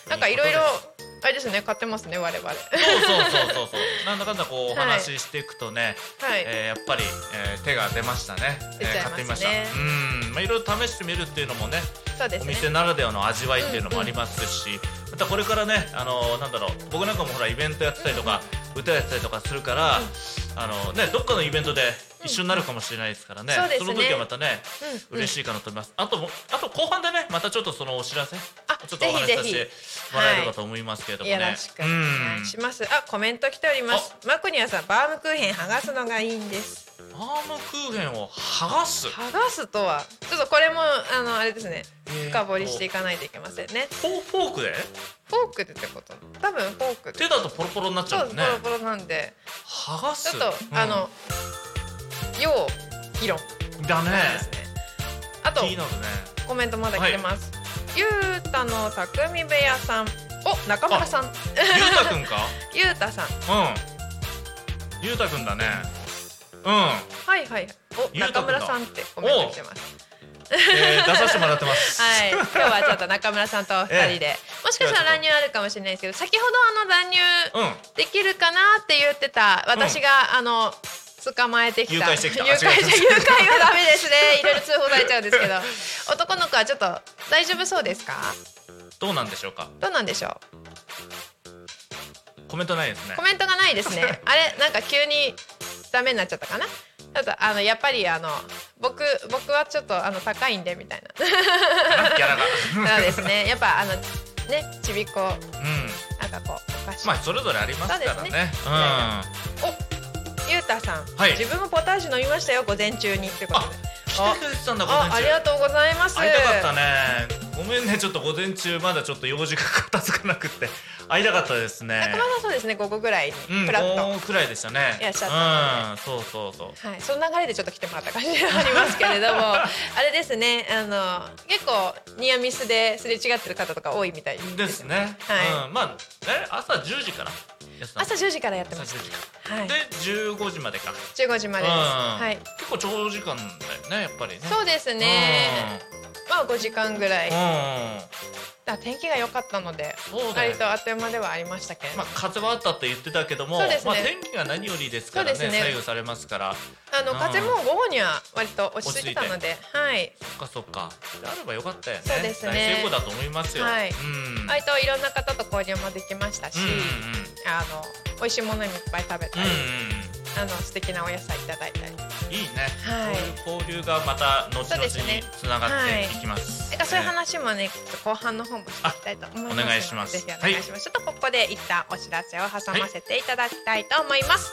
S5: なんかいろいろあれですね、買ってますね我々。そう
S6: そうそうそうそうなんだかんだこうお話ししていくとね、はい、えー、やっぱり、えー、手が出ましたね。
S5: 出ちゃいますね。買ってみました。
S6: うん、まあいろいろ試してみるっていうのもね、そうですね、お店ならではの味わいっていうのもありますし、うんうん、またこれからね、あのなんだろう、僕なんかもほらイベントやってたりとか、うん、歌やってたりとかするから、うん、あのね、どっかのイベントで一緒になるかもしれないですからね、うん、 そ, ねその時はまたね、うん、嬉しいかなと思います。あとあと後半でねまたちょっとそのお知らせちょっとお話しさせてもらえればと思いますけれどもね、
S5: はい、よろしくお願いします。あ、コメント来ております。マクニアさん、バームクーヘン剥がすのがいいんです。
S6: バームクーヘンを剥がす
S5: 剥がすとはちょっとこれもあのあれですね、深掘りしていかないといけませんね。
S6: フォークで
S5: フォークでってこと、多分フォークで
S6: 手だとポロポロになっちゃうもんね。
S5: そうポロポロなんで
S6: 剥がす
S5: ちょっと、うん、あの要議論
S6: だね。
S5: あと、
S6: ね、
S5: コメントまだ来てます、はい、ゆうたの匠部屋さん、お、中村さん、
S6: ゆうたくんか
S5: ゆうたさん、
S6: うんゆうたくんだね。うん、
S5: はいはい、お、中村さんってコメント来てます。
S6: えー、出させてもらってます
S5: はい、今日はちょっと中村さんとふたりで、えー、もしかしたら乱入あるかもしれないですけど、先ほどあの乱入できるかなって言ってた、うん、私があの捕まえてきた
S6: 誘拐してきた
S5: 誘拐誘拐はダメですねいろいろ通報されちゃうんですけど男の子はちょっと大丈夫そうですか？
S6: どうなんでしょうか？
S5: どうなんでしょ
S6: う？コメントないですね。
S5: コメントがないですねあれ、なんか急にダメになっちゃったかな。ちょっとあのやっぱりあの僕僕はちょっとあの高いんでみたいな
S6: ギャラが
S5: そうですね、やっぱあのね、ちびっこ、うん、なんかこうお菓子、
S6: まあそれぞれありますからね。ね、うん、
S5: お、ゆうたさん、はい、自分もポタージュ飲みましたよ午前中にってことで。
S6: あ、来てくれてたんだ午前中。
S5: あ、ありがとうございます。
S6: 会いたかったね。 ごめんね、ちょっと午前中まだちょっと用事が片付かなくって会いたかったですね。
S5: 中村さんそうですね、午後ぐらいに
S6: うん、
S5: フラッと
S6: 午後くらいでしたね。
S5: いらっしゃった
S6: うん、そうそうそう。
S5: はい、その流れでちょっと来てもらった感じがありますけれどもあれですね、あの結構ニアミスですれ違ってる方とか多いみたいです
S6: ですね。
S5: はい、
S6: うん、まあえ朝じゅうじからやってたの。
S5: 朝じゅうじからやってま
S6: 朝
S5: す。
S6: じゅうじか
S5: はい、
S6: でじゅうごじまでか。
S5: じゅうごじまでです。
S6: うん
S5: はい、
S6: 結構長時間だよね、やっぱりね。
S5: そうですね、まあごじかんぐらい、
S6: うん、うん
S5: だ天気が良かったので
S6: そうだよ
S5: 割とあっという間ではありましたけれども、
S6: まあ、風はあったと言ってたけども、
S5: そうですね
S6: まあ、天気が何よりですからね、
S5: そうですね
S6: 左右されますから。
S5: あの
S6: うん
S5: 風も午後には割と落ち着いてたので、はい、
S6: そっかそっか、であればよかったよね。
S5: そうですね
S6: 大成功だと思いますよ。
S5: はい
S6: うん、
S5: 割といろんな方と交流もできましたし、
S6: うんうん
S5: あの美味しいものもいっぱい食べたり、
S6: うんうん
S5: あの素敵なお野菜いただいたり、
S6: いいね、
S5: はい
S6: そういう交流がまた後々に
S5: そうですね
S6: つながっていきます。
S5: だからそういう話もね、ちょっと後半の方もしていきたいと思いますので、
S6: お願いします
S5: ぜひお願いします。ちょっとここで一旦お知らせを挟ませていただきたいと思います。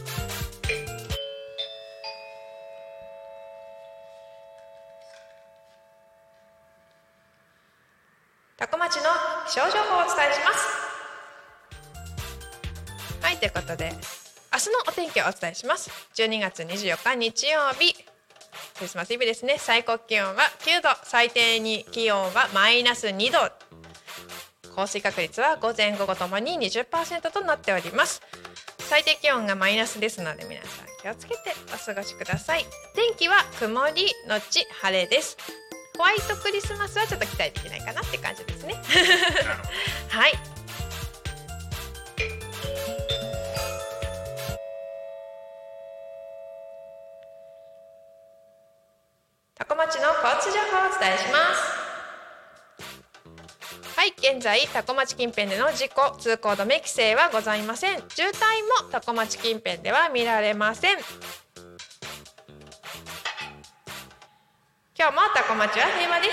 S5: 多古町の気象情報をお伝えします。はい、ということで明日のお天気をお伝えします。じゅうにがつにじゅうよっか日曜日、クリスマスイブですね。最高気温はきゅうど、最低気温はマイナスにど、降水確率は午前午後ともに にじゅっパーセント となっております。最低気温がマイナスですので皆さん気をつけてお過ごしください。天気は曇りのち晴れです。ホワイトクリスマスはちょっと期待できないかなって感じですねはい、多古町の交通情報をお伝えします。はい、現在多古町近辺での事故通行止め規制はございません。渋滞も多古町近辺では見られません。今日も多古町は平和です。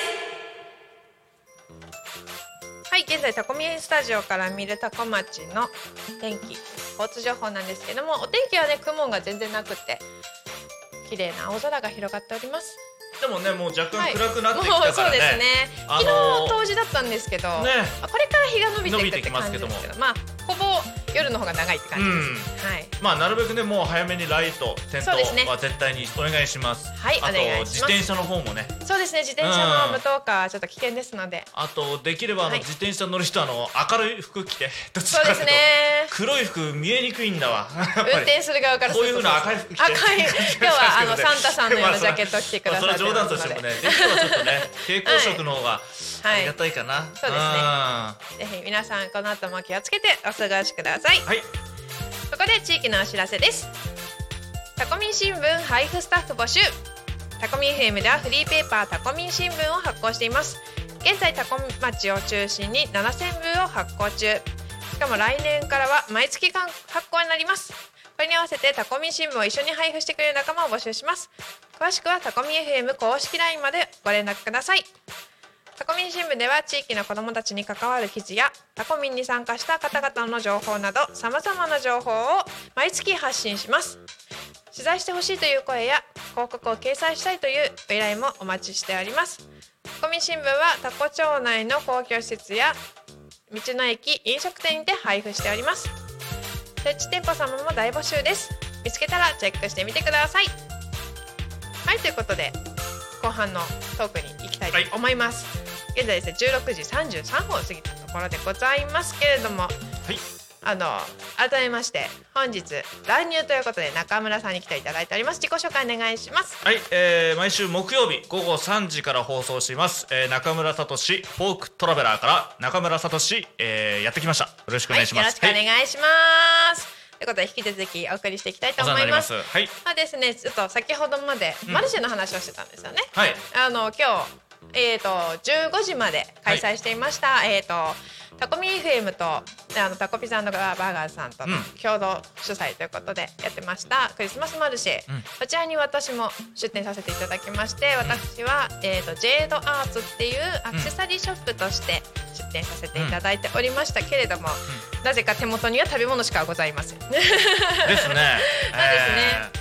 S5: はい、現在タコミンスタジオから見る多古町の天気交通情報なんですけども、お天気はね雲が全然なくて綺麗な青空が広がっております。
S6: でもね、もう若干暗くなってき
S5: はい、もう
S6: たからね。
S5: そうですね、
S6: あのー
S5: 昨日冬至だったんですけど、
S6: ね
S5: これから日が伸びていくって
S6: 伸びてきますけども
S5: 感じですけど、まあほぼ夜の方が長いって感じです、
S6: うん
S5: はい、
S6: まあなるべくね、もう早めにライト点灯
S5: そうですね
S6: は絶対にお願いします。
S5: はい
S6: あと
S5: お願いします
S6: 自転車の方もね。
S5: そうですね、自転車の無灯火はちょっと危険ですので、
S6: あとできればあの、
S5: はい
S6: 自転車乗る人はあの明るい服着て、どっち
S5: そうです
S6: かというと
S5: ね、
S6: 黒い服見えにくいんだわ。やっぱり
S5: 運転する側からすると
S6: こういう風な赤い服着て
S5: 赤い今日はあのサンタさんのようなジャケットを着てくださって
S6: まあそれは冗談としてもね、できればちょっとね蛍光色の方がありがたいかな。
S5: そうですね、ぜひ皆さんこの後も気をつけてお過ごしください。
S6: はい。
S5: ここで地域のお知らせです。タコミン新聞配布スタッフ募集。タコミン エフエム ではフリーペーパータコミン新聞を発行しています。現在タコ町を中心にななせんぶを発行中。しかも来年からは毎月間発行になります。これに合わせてタコミン新聞を一緒に配布してくれる仲間を募集します。詳しくはタコミン エフエム 公式 ライン までご連絡ください。タコミン新聞では地域の子どもたちに関わる記事やタコミンに参加した方々の情報などさまざまな情報を毎月発信します。取材してほしいという声や広告を掲載したいという依頼もお待ちしております。タコミン新聞はタコ町内の公共施設や道の駅、飲食店にて配布しております。設置店舗様も大募集です。見つけたらチェックしてみてください。はい、ということで後半のトークに行きたいと思います、はい、現在ですねじゅうろくじさんじゅうさんふんを過ぎたところでございますけれども、はい、あの改めまして本日乱入ということで中村さんに来ていただいております。自己紹介お願いします。
S6: はい、えー、毎週木曜日午後さんじから放送しています、えー、中村聡フォークトラベラーから中村聡、えー、やってきました。よろしくお願いします。
S5: はい、よろしくお願いします、はい、ということで引き続きお送りしていきたいと思います。
S6: お世話になります。はい。
S5: まあですね、ちょっと先ほどまでマルシェの話をしてたんですよね、
S6: うん、はい。
S5: あの今日えーとじゅうごじまで開催していました、はい、えーとタコミ エフエム とあのタコピザンドバーガーさんとの共同主催ということでやってましたクリスマスマルシェ、うん、こちらに私も出店させていただきまして、私は、えーとジェードアーツっていうアクセサリーショップとして出店させていただいておりましたけれども、うん、なぜか手元には食べ物しかございませんですね。
S6: ですね、
S5: なんですね、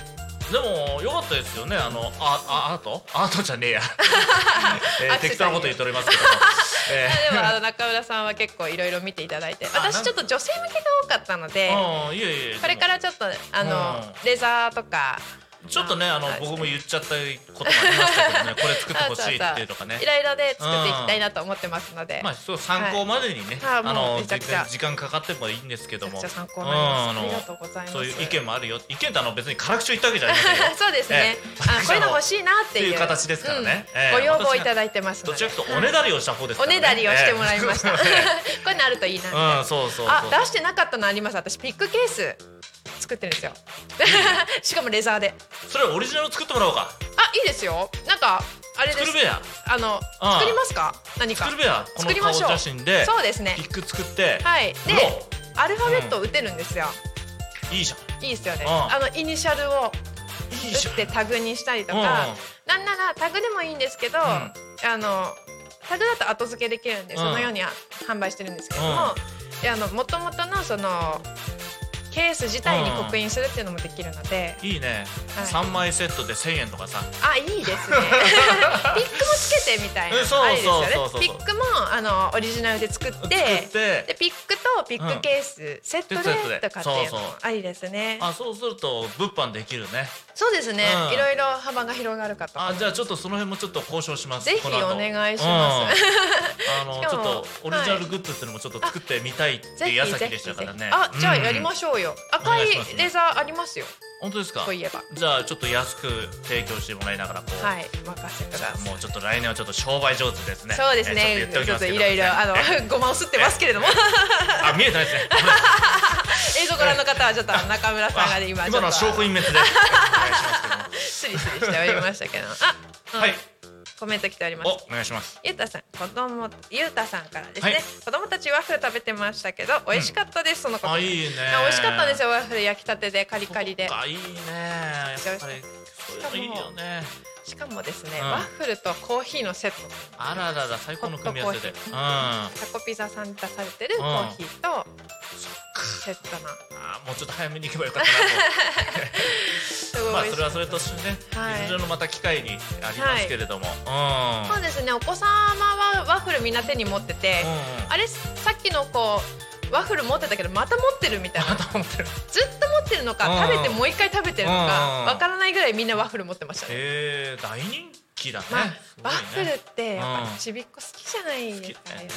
S6: でも良かったですよね。あのああアートアートじゃねえや、えー、適当なこと言っておりますけども、
S5: えー、でもあの中村さんは結構いろいろ見ていただいて、私ちょっと女性向けが多かったので、
S6: いやいや
S5: これからちょっとあのレザーとか
S6: ちょっとね、あの僕も言っちゃったこともありましたけどね、これ作ってほしいっていうとかね、
S5: いろいろで作っていきたいなと思ってますので、
S6: まあそう参考までにね、あの時間かかってもいいんですけども、
S5: めちゃくちゃ参考になります。ありがとうございます。
S6: そういう意見もあるよ。意見ってあの別に辛口を言ったわけじゃありませんよ。
S5: そうですね。あ、こういうの欲しいなっていう
S6: 形ですからね。
S5: ご要望いただいてますので。
S6: どちらかというとおねだりをした方ですからね。
S5: おねだりをしてもらいました。こういうのあるといいな。
S6: うん、そうそう。
S5: あ、出してなかったのあります。私ピックケース作ってるんですよ。しかもレザーで。
S6: それオリジナル作ってもらおうか。
S5: あ、いいですよ。なんかあれです。
S6: 作るべや。
S5: あの作りますか？何か。
S6: 作るべや。この顔写真で。
S5: そうですね。
S6: ピック作って。
S5: はい。で、アルファベットを打てるんですよ。
S6: いいじゃん。
S5: いいですよね。あのイニシャルを打ってタグにしたりとか、なんならタグでもいいんですけど、あのタグだと後付けできるんで、そのように販売してるんですけども、であの元々のそのケース自体に刻印するっていうのもできるので、
S6: いいね。さんまいセットでせんえんとかさ。
S5: あ、いいですね。ピックもつけてみたいな。ありですよね。ピックもあのオリジナルで作って、でピックとピックケースセットでとかっていうのもありですね。
S6: あ、そうすると物販できるね。
S5: そうですね。いろいろ幅が広がるかと。
S6: あ、じゃあちょっとその辺もちょっと交渉します。
S5: ぜひお願いします。
S6: あのちょっとオリジナルグッズっていうのもちょっと作ってみたいっていう矢先でしたからね。
S5: あ、じゃあやりましょうよ。赤いレザーありますよ。
S6: 本当ですか。
S5: そういえば。
S6: じゃあちょっと安く提供してもらいながらこう。
S5: はい、任せください。
S6: もうちょっと来年はちょっと商売上手ですね。
S5: そうですね。ちょっといろいろあのごまをすってますけれども。
S6: あ、見えてないですね。
S5: 映像ご覧の方はちょっと中村さんが今ちょっと
S6: 今のは証拠隠滅でお願いします
S5: けど。スリスリしておりましたけど。あ、はい。コメント来ております。
S6: お願いします。
S5: ゆうたさん、子供ゆうたさんからですね。子供たちワッフル食べてましたけど美味しかったです。そのこと。
S6: あ、いいね。
S5: 美味しかったですよ。ワッフル焼きたてでカリカリで。
S6: あ、いいね。やっぱりそういうのいいよね。
S5: しかもですね、ワッフルとコーヒーのセット。
S6: あららら、最高の組み合わせで。
S5: タコピザさんで出されてるコーヒーとセットな。
S6: あ、もうちょっと早めに行けばよかったなと。まあそれはそれとしてね、いずれのまた機会にありますけれども。
S5: そうですね。お子様はワッフルみんな手に持ってて、あれさっきの子ワッフル持ってたけどまた持ってるみたいな。ずっと持ってるのか食べてもう一回食べてるのかわからないぐらいみんなワッフル持ってましたね。
S6: ええ、大人気だね。
S5: ワッフルってやっぱちびっこ好きじゃないですかね。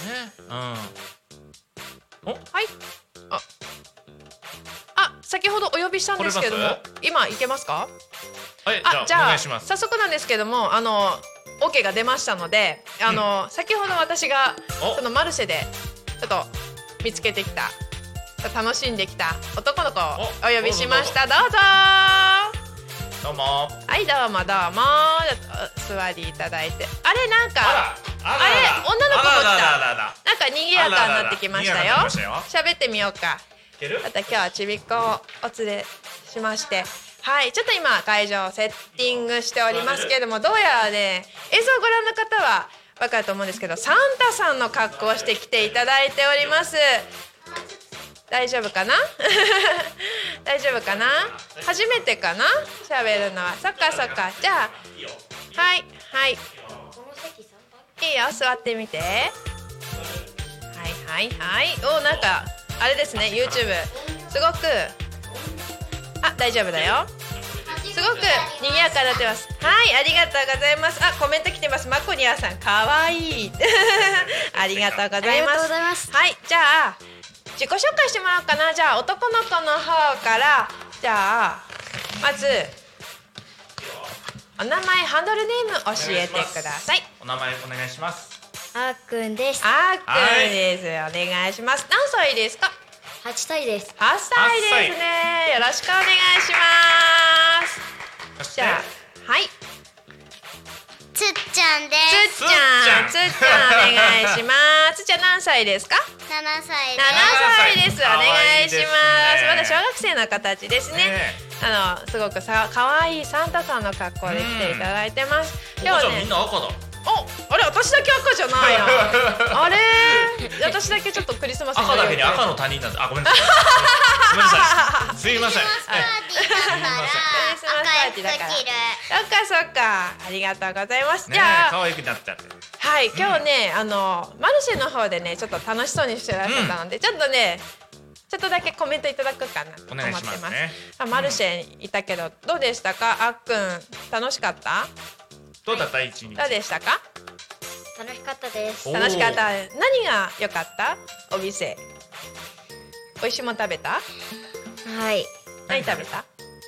S5: お、はい。あ、あ、先ほどお呼びしたんですけども、今いけますか？
S6: はい、じゃあお願いします。
S5: 早速なんですけども、あの OK が出ましたので、あの先ほど私がそのマルシェでちょっと見つけてきた、楽しんできた男の子をお呼びしました。どうぞ。
S6: どうも。
S5: はい、どうもどうも。座りいただいて。あれなんかあれ女の子も来た。なんか賑やかになってきましたよ。喋ってみようか。また今日はちびっこをお連れしまして、はい、ちょっと今会場をセッティングしておりますけれども、どうやらね、映像をご覧の方は分かると思うんですけど、サンタさんの格好をしてきていただいております。大丈夫かな大丈夫かな。初めてかな、喋るのは。そっかそっか。じゃあはいはい、いいよ、座ってみて。はいはいはい。お、なんかあれですね、 YouTube すごく、あ、大丈夫だよ。すごく賑やかになってます。はい、ありがとうございます。あ、コメント来てます。マコニアさん、かわいいありがとうございます。はい、じゃあ自己紹介してもらおうかな。じゃあ男の子の方から、じゃあまずお名前、ハンドルネーム教えてください。
S6: お名前お願いします。
S7: あーくんです。
S5: あーくんです。お願いします。何歳ですか？
S7: はっさいです。
S5: はっさいですね。よろしくお願いします。じゃあ、はい。
S7: つっちゃんで
S5: す。つっちゃん、つっちゃんお願いします。つっちゃん何歳ですか？
S7: ななさいです。
S5: ななさいです。お願いします。まだ小学生の形ですね。あのすごくさ可愛いサンタさんの格好で来ていただいてます。
S6: 今日はね、みんな赤だ。
S5: お、あれ、私だけ赤じゃないな。あれ、私だけちょっとクリスマス
S6: 赤だけに赤の他人なんで、あ、ごめんなさい。ごめんなさい。すいまません。
S7: クリスマスパーティーだから赤い服着る。
S5: そっかそっか、ありがとうございます。
S6: ね
S5: じゃあ
S6: 可愛くなっちゃって。
S5: はい、今日ね、あのマルシェの方でねちょっと楽しそうにしてらっしゃったので、ちょっとねちょっとだけコメントいただくかなと思ってます。
S6: お願いしますね。
S5: あ、マルシェいたけどどうでしたか、あっくん楽しかった？
S6: どうだった一日？
S5: どうでしたか？
S7: 楽しかったです。
S6: お
S5: 楽しかった。何が良かった？お店。美味しいもん食べた？
S7: はい。
S5: 何食べた？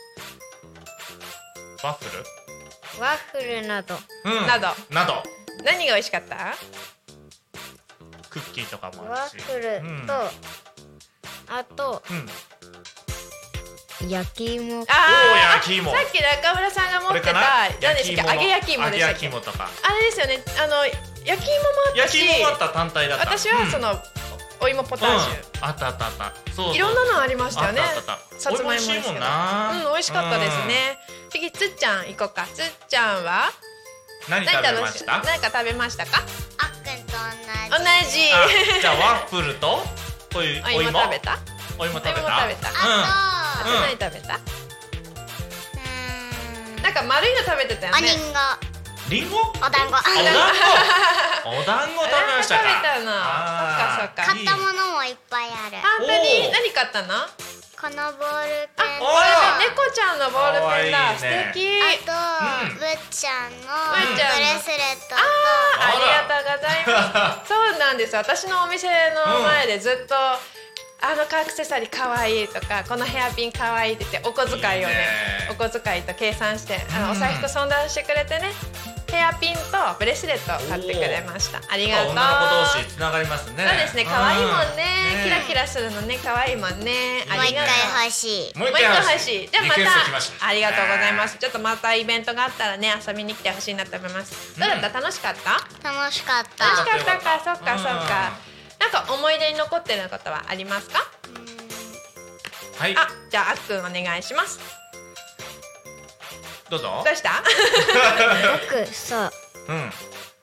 S6: ワッフル？
S7: ワッフルなど。
S6: うん
S5: など。
S6: など。
S5: 何が美味しかった？
S6: クッキーとかもあ
S7: ワ
S6: るし。
S7: ッフル
S6: うん
S7: と、あと
S6: うん。
S7: 焼き芋。
S6: おー
S5: あ
S6: 焼き芋。
S5: さっき中村さんが持ってた
S6: これかな？
S5: 何でしたっけ？揚げ焼き芋でしたっけ？
S6: 揚げ焼き芋とか。
S5: あれですよね。あの焼き芋もあった
S6: 焼
S5: し、
S6: き芋もあった単体だった。
S5: 私はその、お芋ポタージュ。
S6: うん、あったあったあった。そうそう。
S5: いろんなのありましたよね。
S6: あったあったあった。
S5: さつまいも
S6: 美味しいもんな。
S5: うん、美味しかったですね。次つっちゃん行こうか。つっちゃんは
S6: 何食べました？
S5: 何か食べましたか？
S7: あっくんと
S5: 同
S7: 同じ。
S5: じ。
S6: あじゃあワッフルとおい
S5: お芋食べた？
S6: お芋食べた？
S5: お芋食べた。
S7: あ
S5: あと何食べた？
S7: と、うーん。
S5: なんか丸いの食べてたよね。
S7: おりんご。
S6: リンゴ？
S7: お団子。
S6: お団子。お団子食べましたか？
S5: 食べたの。
S6: あー
S5: そっかそっか。
S7: 買ったものもいっぱいある。
S5: 本当に
S6: おー
S5: 何買ったの？
S7: このボールペンと、
S5: これ猫ちゃんのボールペンだ。素
S6: かわいいね
S5: 敵。
S7: あと、
S6: うん
S7: ぶっちゃんの
S5: ぶっちゃんの
S7: ブレスレットと、
S5: ありがとうございます。そうなんです。私のお店の前でずっと、あのアクセサリーかわいいとか、このヘアピンかわいいって言ってお小遣いをね、
S6: いいね
S5: お小遣いと計算して、あの、
S6: うん
S5: お財布と相談してくれてね、ヘアピンとブレスレットを買ってくれました。ありがとう。
S6: 女の子同士つながりますね。
S5: そうですね、可愛いもんね。
S6: うん
S5: キラキラするのね、可愛いもんね。あ
S7: もう一
S5: りがとう。
S7: 回欲しい。
S6: もう一
S5: もう一回
S6: 回
S5: 欲しい。じゃあま
S6: リクエスト来ました
S5: たありがとうございます。ちょっとまたイベントがあったらね、遊びに来てほしいなと思います。どうだった？楽しかった？
S7: 楽しかった。
S5: 楽しかったか、そっか
S6: うん
S5: そっか。なんか思い出に残ってることはありますか？
S6: はい。
S5: あ、じゃああっくんお願いします。
S6: どうぞ。
S5: どうした？
S7: 僕さ、
S6: うん。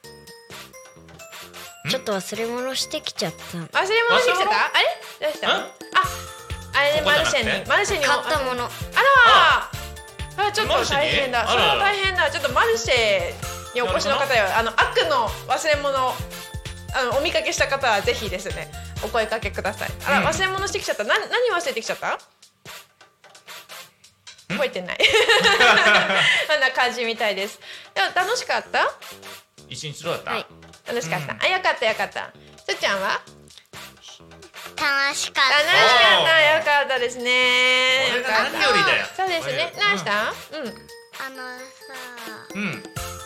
S7: ちょっと忘れ物してきちゃった。
S5: 忘れ物してきちゃった？あれ？どうした？
S6: ん
S5: あ、あれね、
S6: ここじゃなくて
S5: マルシェにマルシェに
S7: 買ったもの。
S5: あらー、あ、ちょっと大変だ。それ
S6: マルシェにあらら
S5: は大変だ。ちょっとマルシェにお越しの方よ、あのあっくんの忘れ物、あのお見かけした方はぜひですね、お声かけください。あら、
S6: うん
S5: 忘れ物してきちゃった。な何忘れてきちゃった？覚えてない。あんな感じみたいです。でも楽しかった？
S6: 一日どうだった？
S7: はい
S5: 楽しかった。
S6: うん
S5: あ、よかったよかった。つっちゃんは？
S7: 楽しかっ
S5: 楽しかった。よかったですね。
S6: これが
S5: よかった
S6: 何よりだよ。
S5: そうですね。
S6: うん
S5: 何した？うん。
S7: た。あのさ、
S6: うん。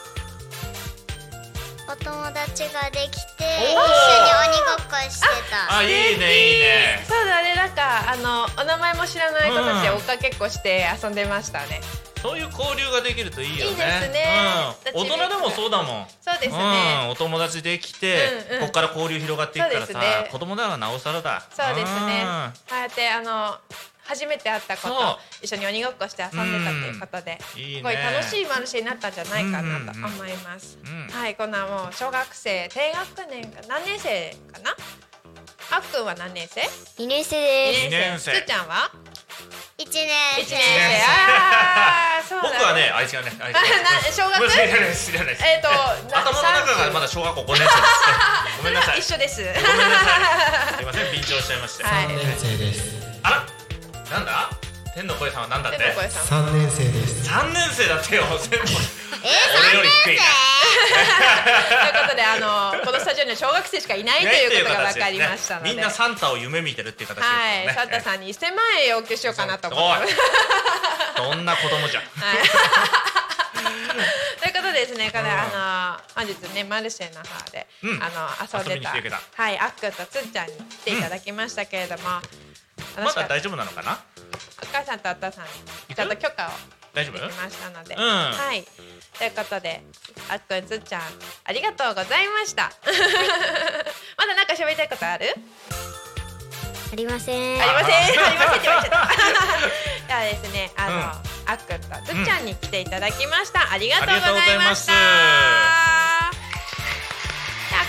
S7: お友達ができて、
S6: おー
S7: 一緒に鬼ごっこしてた。
S6: あ、いいねいいね。
S5: そうだね、なんかあのお名前も知らない人たちで追っかけっこして遊んでましたね。
S6: そういう交流ができるといいよね。
S5: いいですね
S6: うん。大人でもそうだもん。
S5: そうです
S6: うん、
S5: ね。
S6: お友達できて、
S5: うんうん
S6: ここから交流広がっていくからさ、
S5: そうですね
S6: 子供ならなおさらだ。
S5: そうですね。
S6: うん
S5: ああやってあの初めて会った子と
S6: そう
S5: 一緒に鬼ごっこして遊んでたということで、
S6: いいね。
S5: すごい楽しいマルシェになったんじゃないかなと思います。
S6: うんうん
S5: はい、こんなもう小学生低学年か何年生かな？あっくんは何年生？
S7: 二年生です。
S6: 二年生
S5: つーちゃんは？
S7: 一年生。
S5: 一年生。ああ、そうだ。
S6: 僕はね、あいつがね、あいつが
S5: な小学
S6: ごめんなさい知らないです知らないです。
S5: えっと
S6: 頭の中がまだ小学校ごねん生です。ごめんなさい。
S5: 一緒です。
S6: ごめんなさい。すいません、緊張しちゃいまして。
S5: はい。
S1: 生です。
S6: あら、なんだ？天の声さんはなんだって？
S5: 天の声さん。
S1: 三年生です。
S6: 三年生だってよ。全部
S7: え、
S6: 俺より低いな。
S5: ということで、あのこのスタジオには小学生しかいないということが分かりましたので、
S6: みんなサンタを夢見てるっていう形ですよ
S5: はい、
S6: ね。
S5: サンタさんにせんまんえん要求しようかなと思ってます。
S6: おい、どんな子供じゃん。
S5: はい。ということでですね、これあの本日ねマルシェの方で、
S6: うん
S5: あの遊んでた
S6: 遊びに来てくれた
S5: はいあっくんとつっちゃんに来ていただきましたけれども、楽しかった。
S6: まだ大丈夫なのかな？
S5: お母さんとお父さんにちゃんと許可を
S6: 大丈夫？
S5: できましたので、
S6: うん
S5: はいということであっくんつっちゃんありがとうございました。まだなんか喋りたいことある？
S7: ありません。
S5: ありません。ありませんって言われちゃった。ではですね、あの、
S6: うん
S5: あっくんとつっちゃんに来ていただきました。ありがとうございました。
S6: ありがとうございます
S5: じゃあ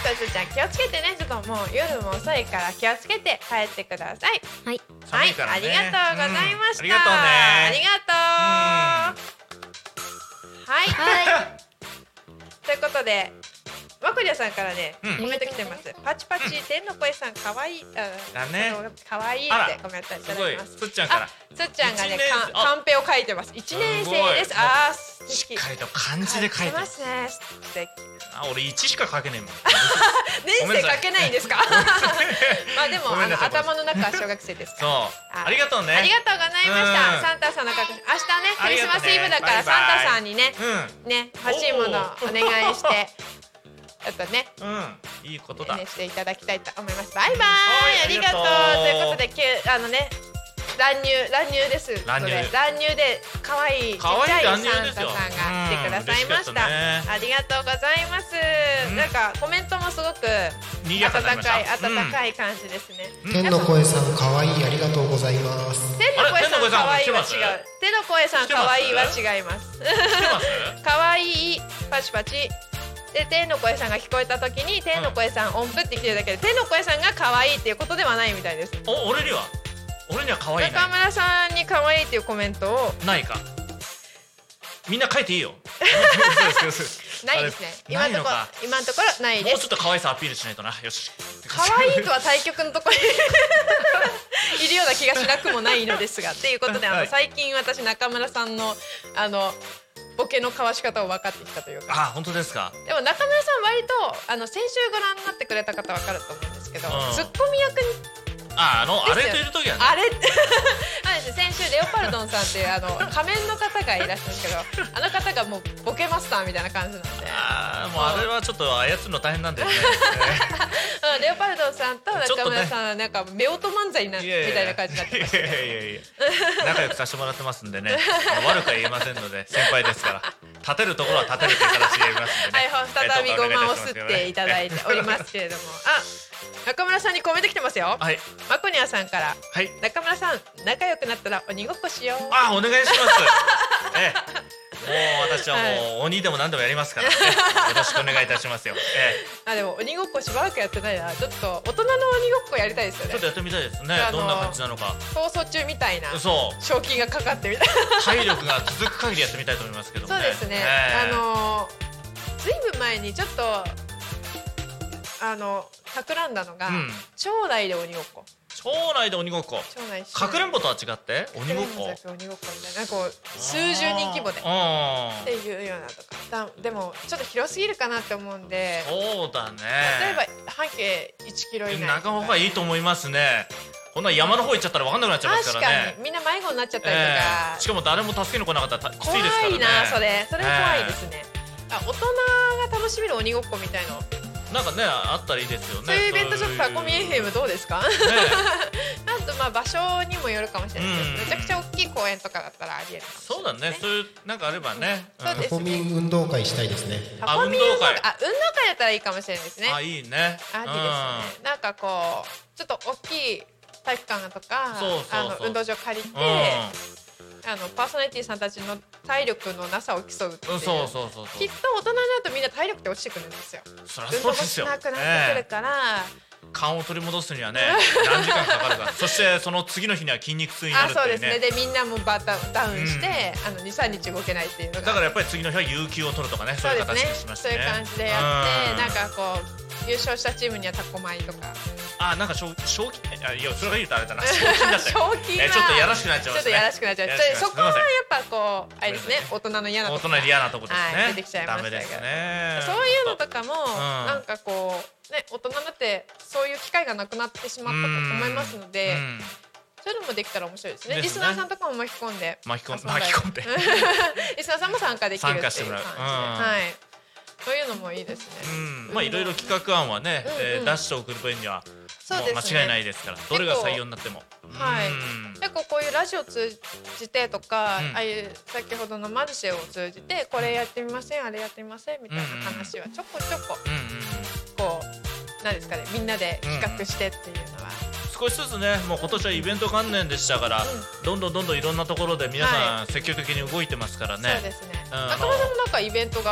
S5: とすーちゃん気をつけてね。ちょっともう夜も遅いから気をつけて帰ってください。
S7: はい。
S5: はい、
S6: 寒いからね。
S5: ありがとうございました。
S6: うんありがとうね。
S5: ありがとう。はい。
S7: は
S5: ということで、マクリアさんからね、
S6: うん
S5: コメント来てます。パチパチ天の声さん可愛い、
S6: だね。
S5: 可愛い
S6: あら
S5: ってコメントいた
S6: すごい
S5: だきます。
S6: つっちゃんから
S5: あ、つっちゃんがね
S6: 一年生
S5: カンカンペを書いてます。一年生です。
S6: すごい
S5: あー素敵。
S6: しっかりと漢字で書いて
S5: ま
S6: ますす。
S5: ね。素敵。
S6: あ、俺一しか書けねえもん。
S5: 年生書けないんですか。まあでもあの
S6: ごめんなさい
S5: 頭の中は小学生ですから。
S6: そう。ありがとうね。
S5: ありがとうございました。
S6: うん
S5: サンタさんの格好。明日ねクリスマスイブだから
S6: ありがとうね
S5: サンタさんにね
S6: うん。
S5: ね欲しいものをお願いしてちょっとね
S6: うん。いいことだ。
S5: ねしていただきたいと思います。バイバ
S6: はい
S5: イ。ありがとう。
S6: ありがとう
S5: ということできゅあのね乱入乱入です
S6: 乱入
S5: ので乱入で可愛いちっち
S6: 可愛い
S5: ゃいサンタ
S6: 乱入ですよ
S5: さんが来てくださいました。
S6: うん嬉しかったね
S5: ありがとうございます。
S6: うん
S5: なんかコメントもすごく
S6: 賑やかになり
S5: 温
S6: ました
S5: かい温かい感じですね。
S8: 天の声さん可愛いありがとうございます。
S5: 天の声さん可愛いは違う
S6: 来てます。
S5: 天の声さん可愛いは違います。
S6: 来てます？
S5: 可愛いパチパチで天の声さんが聞こえた時に天の声さん音符って来てるだけで天の声さんが可愛いっていうことではないみたいです。
S6: お、俺には俺には可愛い
S5: 中
S6: な
S5: 村さんに可愛いっていうコメントを
S6: ないか。みんな書いていいよ。そうですそうです
S5: ないですね。今のところ
S6: ないのか
S5: 今のところないです
S6: もうちょっ。と可愛さアピールしないとな。よし。
S5: 可愛いとは対局のところにいるような気がしなくもないのですがっていうことであ
S6: はい
S5: の最近私中村さんのあのボケの交わし方を分かってきたというか。
S6: あ、本当ですか。
S5: でも中村さん割とあの先週ご覧になってくれた方分かると思うんですけど、
S6: うん
S5: ツッコミ役に
S6: あ、あのあ
S5: ですよ
S6: れといる時はね。
S5: あれあれですね先週レオパルドンさんっていうあの仮面の方がいらっしゃるんですけどあの方がもうボケマスターみたいな感じなんで
S6: あーもうあれはちょっと操るの大変なんだよね。
S5: うんレオパルドンさんと
S6: ちょっとね
S5: 中村さんはなんか夫婦漫才になみ
S6: いやいや
S5: たいな感じになってました
S6: いやいやいやいや仲良くさせてもらってますんでね。あの悪くは言えませんので先輩ですから立てるところは立てるという形でやりますんでね。
S5: はい、再びごまをすっていただいておりますけれどもあ中村さんにコメント来てますよ。
S6: はい
S5: マコニャさんから
S6: はい。
S5: 中村さん仲良くなったら鬼ごっこしよう。
S6: あ、お願いします。ええ、もう私はもう鬼でも何でもやりますから、ね、よろしくお願いいたしますよ。え
S5: あでも鬼ごっこしばらくやってないな。ちょっと大人の鬼ごっこやりたいですよ
S6: え、ちょ
S5: ね
S6: っとやってみたいですね。
S5: あのー
S6: どんな感じなのか。
S5: 逃走中みたいな
S6: そう。
S5: 賞金がかかってみたい
S6: 体力が続く限りやってみたいと思いますけどもね。
S5: そうですね、
S6: ええ
S5: あのずいぶん前にちょっとあの企んだのが、
S6: うん
S5: 町内で鬼ごっこ
S6: 町内で鬼ごっこ。
S5: 町内
S6: かくれんぼとは違って鬼ごっこ。
S5: かくれんぼ鬼ごっこみたいななんかこう数十人規模でっ
S6: あー
S5: ていうようなとかだでもちょっと広すぎるかなって思うんで
S6: そうだね。
S5: 例えば半径いちキロ以内
S6: 長岡いいと思いますね。こんな山の方行っちゃったら分かんなくなっちゃいますからね。
S5: 確かにみんな迷子になっちゃったりとか、
S6: ええしかも誰も助けに来なかったらたきつ
S5: 怖
S6: いですからね。
S5: いなそれそれ怖いですね、あ大人が楽しめる鬼ごっこみたいの
S6: なんかねあったらいいですよね。
S5: そういうイベントちょっとタコミ エフエムどうですか
S6: ね
S5: あとまあ場所にもよるかもしれないです
S6: うん
S5: けどめちゃくちゃ大きい公園とかだったらありえるかもしれ
S6: そうだ
S5: ない
S6: ね。そういうなんかあればね。
S5: そうです
S8: タコミン運動会したいですね。
S5: タコミ運動会
S6: あ
S5: あ運動会だったらいいかもしれないですね
S6: あ、いいね。
S5: ありですねなんかこうちょっと大きい体育館とか
S6: そうそうそう
S5: あの運動場借りて
S6: うん。
S5: あのパーソナリティさんたちの体力のなさを競うっていう
S6: うん、そうそうそうそう。
S5: きっと大人になるとみんな体力って落ちてくるんですよ
S6: そりゃ
S5: 運動もし
S6: そうですよ。
S5: なくなってくる
S6: ええ
S5: から、
S6: 勘を取り戻すにはね何時間かかるから。そしてその次の日には筋肉痛にな
S5: あ
S6: るっていううね。
S5: そですねでみんなもバタダウンして、あのにさんにち動けないっていうのが
S6: だからやっぱり次の日は有給を取るとかね。そういう形にしましたね。
S5: そういう感じでやって、
S6: うん
S5: なんかこう優勝したチームにはタコ米とか
S6: あ、なんか賞賞金いやいやそれが言うとあれだな。賞金だったよ。
S5: 賞金は
S6: えちょっとやらしくなっちゃいますね。
S5: ちょっとやらしくなっちゃう
S6: やらしくなっちゃう
S5: そこはやっ
S6: すいま
S5: ぱこうあれですね大人の嫌なとこ
S6: 大人に嫌なとこですね。
S5: はい出てきちゃいましたけど
S6: ダメですね。
S5: そういうのとかも、
S6: ん
S5: なんかこうね大人になってそういう機会がなくなってしまったと思いますので、
S6: うん
S5: そういうのもできたら面白いですね。
S6: ですね
S5: リスナーさんとかも巻き込んで
S6: 巻き込ん
S5: 遊んだり
S6: 巻き込んで
S5: リスナーさんも参加できるっていう感じで、
S6: 参加してもらううん
S5: はいそういうのもいいですね。
S6: うん、まあいろいろ企画案はね、
S5: うんうん
S6: えー出して送る分には
S5: そうですね
S6: もう間違いないですから、どれが採用になっても。
S5: はい
S6: うん
S5: 結構こういうラジオを通じてとか、
S6: うん
S5: ああいう先ほどのマルシェを通じてこれやってみませんあれやってみませんみたいな話はちょこちょこ
S6: うんうんうん
S5: こうなんですかねみんなで企画してっていうのは、
S6: 少しずつね、もう今年はイベント元年でしたから、どんどんどんどんいろんなところで皆さん積極的に動いてますからね。
S5: そうですね。
S6: うん
S5: 中村さんもなんかイベントが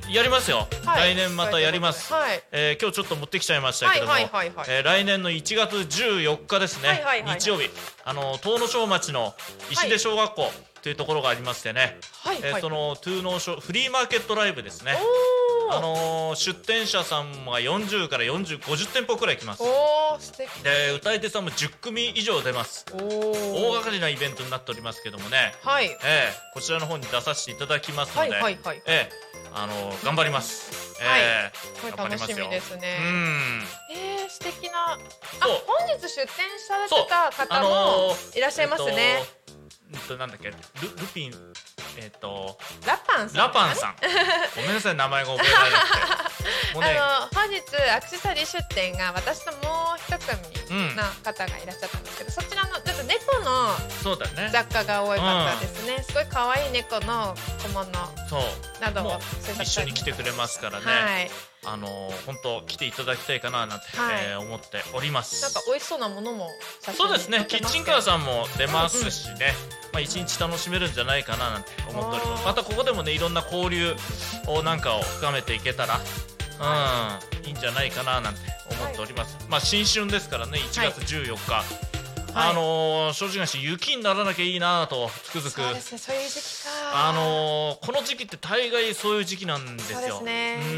S6: やりますよ、
S5: はい、
S6: 来年またやります、
S5: はい、
S6: えー、今日ちょっと持ってきちゃいましたけども、
S5: はいはいはいはい、
S6: えー、来年のいちがつじゅうよっかですね、はいはいはいはい、日曜日、あの東野小町の石出小学校というところがありましてね、はいはい、えー、その東野小フリーマーケットライブですね。あのー、出店者さんがよんじゅうからよんじゅう、ごじゅってんぽくらい来ます。
S5: おー、素敵。
S6: で歌い手さんもじゅっくみ以上出ます。お大掛かりなイベントになっておりますけどもね、はい、えー、こちらの方に出させていただきますので、はいはいはい、えー、あのー、頑張ります、
S5: はい、
S6: え
S5: ー、これ楽しみですね。うん、えー、素敵な。あ、本日出店されてた方もいらっしゃいますね。
S6: えっとなんだっけ、ルルピン、えっと
S5: ラパンさん、
S6: ラパンさんごめんなさい、名前が覚えられなくてもう、ね、
S5: あの本日アクセサリー出店が私ともう一組の方がいらっしゃったんですけど、うん、そちらのちょっと猫の雑貨が多い方ですね、うん、すごい可愛い猫の小物などを
S6: 一緒に来てくれますからね、はい、あのー、本当来ていただきたいかななんて、はい、えー、思っております。
S5: なんか美味しそうなものも
S6: そうですね、キッチンカーさんも出ますしね、うんうん、まあ、一日楽しめるんじゃないかななんて思っております。またここでもね、いろんな交流をなんかを深めていけたら、はい、うん、いいんじゃないかななんて思っております、はい、まあ新春ですからね、いちがつじゅうよっか、はい、あのー、正直な話雪にならなきゃいいなとつくづく。
S5: そうですね、そういう時期か。
S6: あのー、この時期って大概そういう時期なんですよ。そうですね。うん、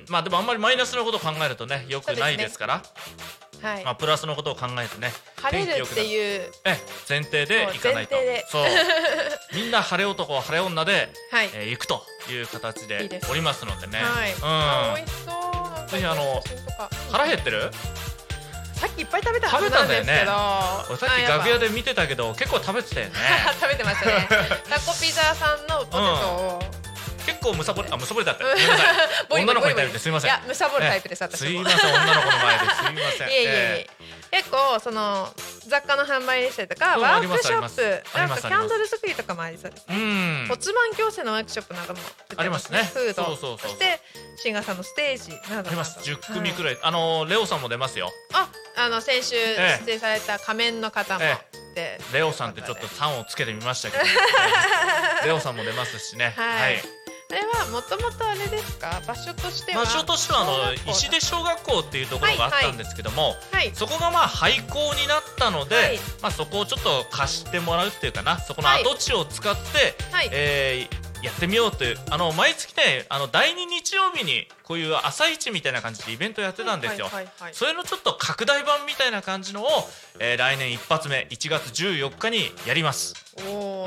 S6: まあでもあんまりマイナスなことを考えるとね良くないですから、はい、まあ、プラスのことを考えてね、
S5: 晴れるっていう
S6: え前提で行かないと。そうみんな晴れ男晴れ女で、はい、えー、行くという形でおりますのでね。はい、うん、あ、美味しそう。ぜひあの腹減ってる？
S5: さっきいっぱい食べたはずなんですけど、
S6: 俺さっき楽屋で見てたけど結構食べてたよね
S5: 食べてましたねタコピザさんのポテトを、
S6: うん、結構むさぼり、あ、むさぼりだったごめんなさい女の子に対してすいません。
S5: いや、むさぼるタイプです、私も。
S6: すいません、女の子の前ですいません。
S5: いえいえ、えー、結構その雑貨の販売でしたりとか、ワークショップ、なんかキャンドル作りとかもありそうですね。骨盤矯正のワークショップなども
S6: ありますね。
S5: フード、そうそうそう、そしてシンガーさんのステージなど
S6: あります。じゅっくみくらい、はい、あのレオさんも出ますよ。
S5: あ、あの先週出演された仮面の方も、え
S6: え、レオさんってちょっとさんをつけてみましたけどレオさんも出ますしね。はい、はい、
S5: あれはもともとあれですか、場所としては。
S6: 場所としてはあの石出小学校っていうところがあったんですけども、はいはい、そこがまあ廃校になったので、はい、まあそこをちょっと貸してもらうっていうかな、そこの跡地を使って、はい、えーやってみようという、あの毎月ね、あのだいに日曜日にこういう朝市みたいな感じでイベントやってたんですよ。それのちょっと拡大版みたいな感じのを、えー、来年一発目いちがつじゅうよっかにやります。
S5: おー、うん、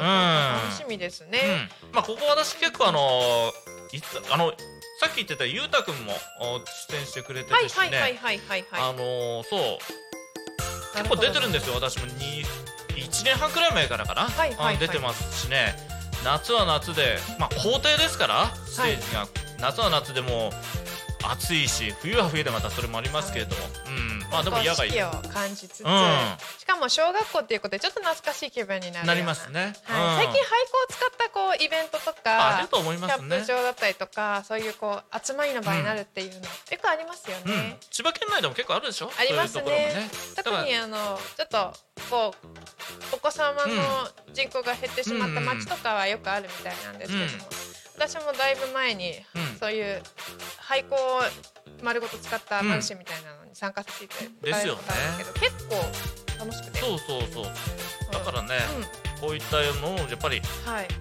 S5: 楽しみですね。
S6: うん、まあここ私結構あのー、いつあのさっき言ってたゆうたくんも出演してくれてるしね、あのー、そう結構出てるんですよ。私もにいちねんはんくらい前からかな、はいはいはい、出てますしね。夏は夏で、まあ校庭ですからステージが、はい、夏は夏でも暑いし、冬は冬でまたそれもありますけれども、はい、うん、まあでも野外
S5: 四季を感じつつ、うん、しかも小学校っていうことでちょっと懐かしい気分になる
S6: なりますね。
S5: はい、うん、最近廃校を使ったこうイベントとか、
S6: あると思いますね、
S5: キャンプ場だったりとか、そういうこう集まりの場になるっていうの、うん、結構ありますよね。うん、
S6: 千葉県内でも結構あるでしょ。
S5: ありますね。そういうところもね。特にあのちょっとこうお子様の人口が減ってしまった町とかはよくあるみたいなんですけども、うん、私もだいぶ前にそういう廃校を丸ごと使ったマルシェみたいなのに参加させていただいたことあるんですけど、結構楽しくて。
S6: そうそうそう。だからね、うん、こういったのをやっぱり、はい、うん、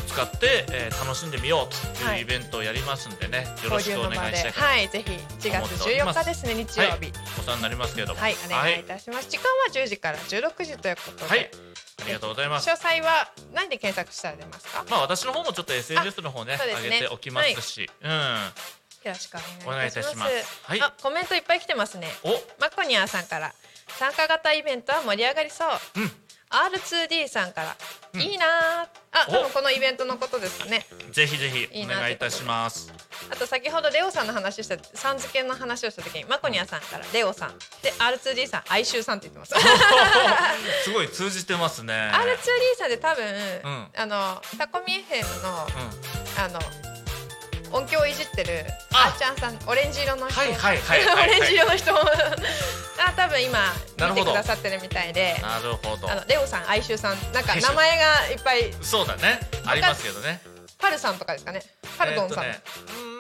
S6: 使って、えー、楽しんでみようというイベントをやりますんでね、はい、よろしくお願いしたいかな。
S5: はい、ぜひいちがつじゅうよっかですね、日曜日、はい、
S6: お世話になりますけれども、
S5: はい、お願いいたします。はい、時間はじゅうじからじゅうろくじということで、
S6: はい、ありがとうございます。
S5: 詳細は何で検索したら出ますか？
S6: まあ私の方もちょっと エスエヌエス の方ね、上げておきますし、はい、うん。
S5: よろしくお願いいたします。
S6: はい、
S5: あ、コメントいっぱい来てますね。お、マコニャーさんから参加型イベントは盛り上がりそう。うん、アールツーディー さんから、うん、いいなー。あ、多分このイベントのことですかね。
S6: ぜひぜひお願いいたします。
S5: あと先ほどレオさんの話したさん付けの話をした時にマコニャーさんからレオさんで アールツーディー さん哀愁さんって言ってます
S6: すごい通じてますね。
S5: アールツーディー さんで多分、うん、あのタコミ エフエム の、うん、あの音響をいじってるあーちゃんさん、オレンジ色の人、はいはいはいはいはい、オレンジ色の人が多分今見てくださってるみたいで、
S6: なるほど。
S5: あのレオさん、哀愁さん、なんか名前がいっぱい
S6: そうだね、ありますけどね。
S5: パルさんとかですかね、パルドンさん、
S6: えーね、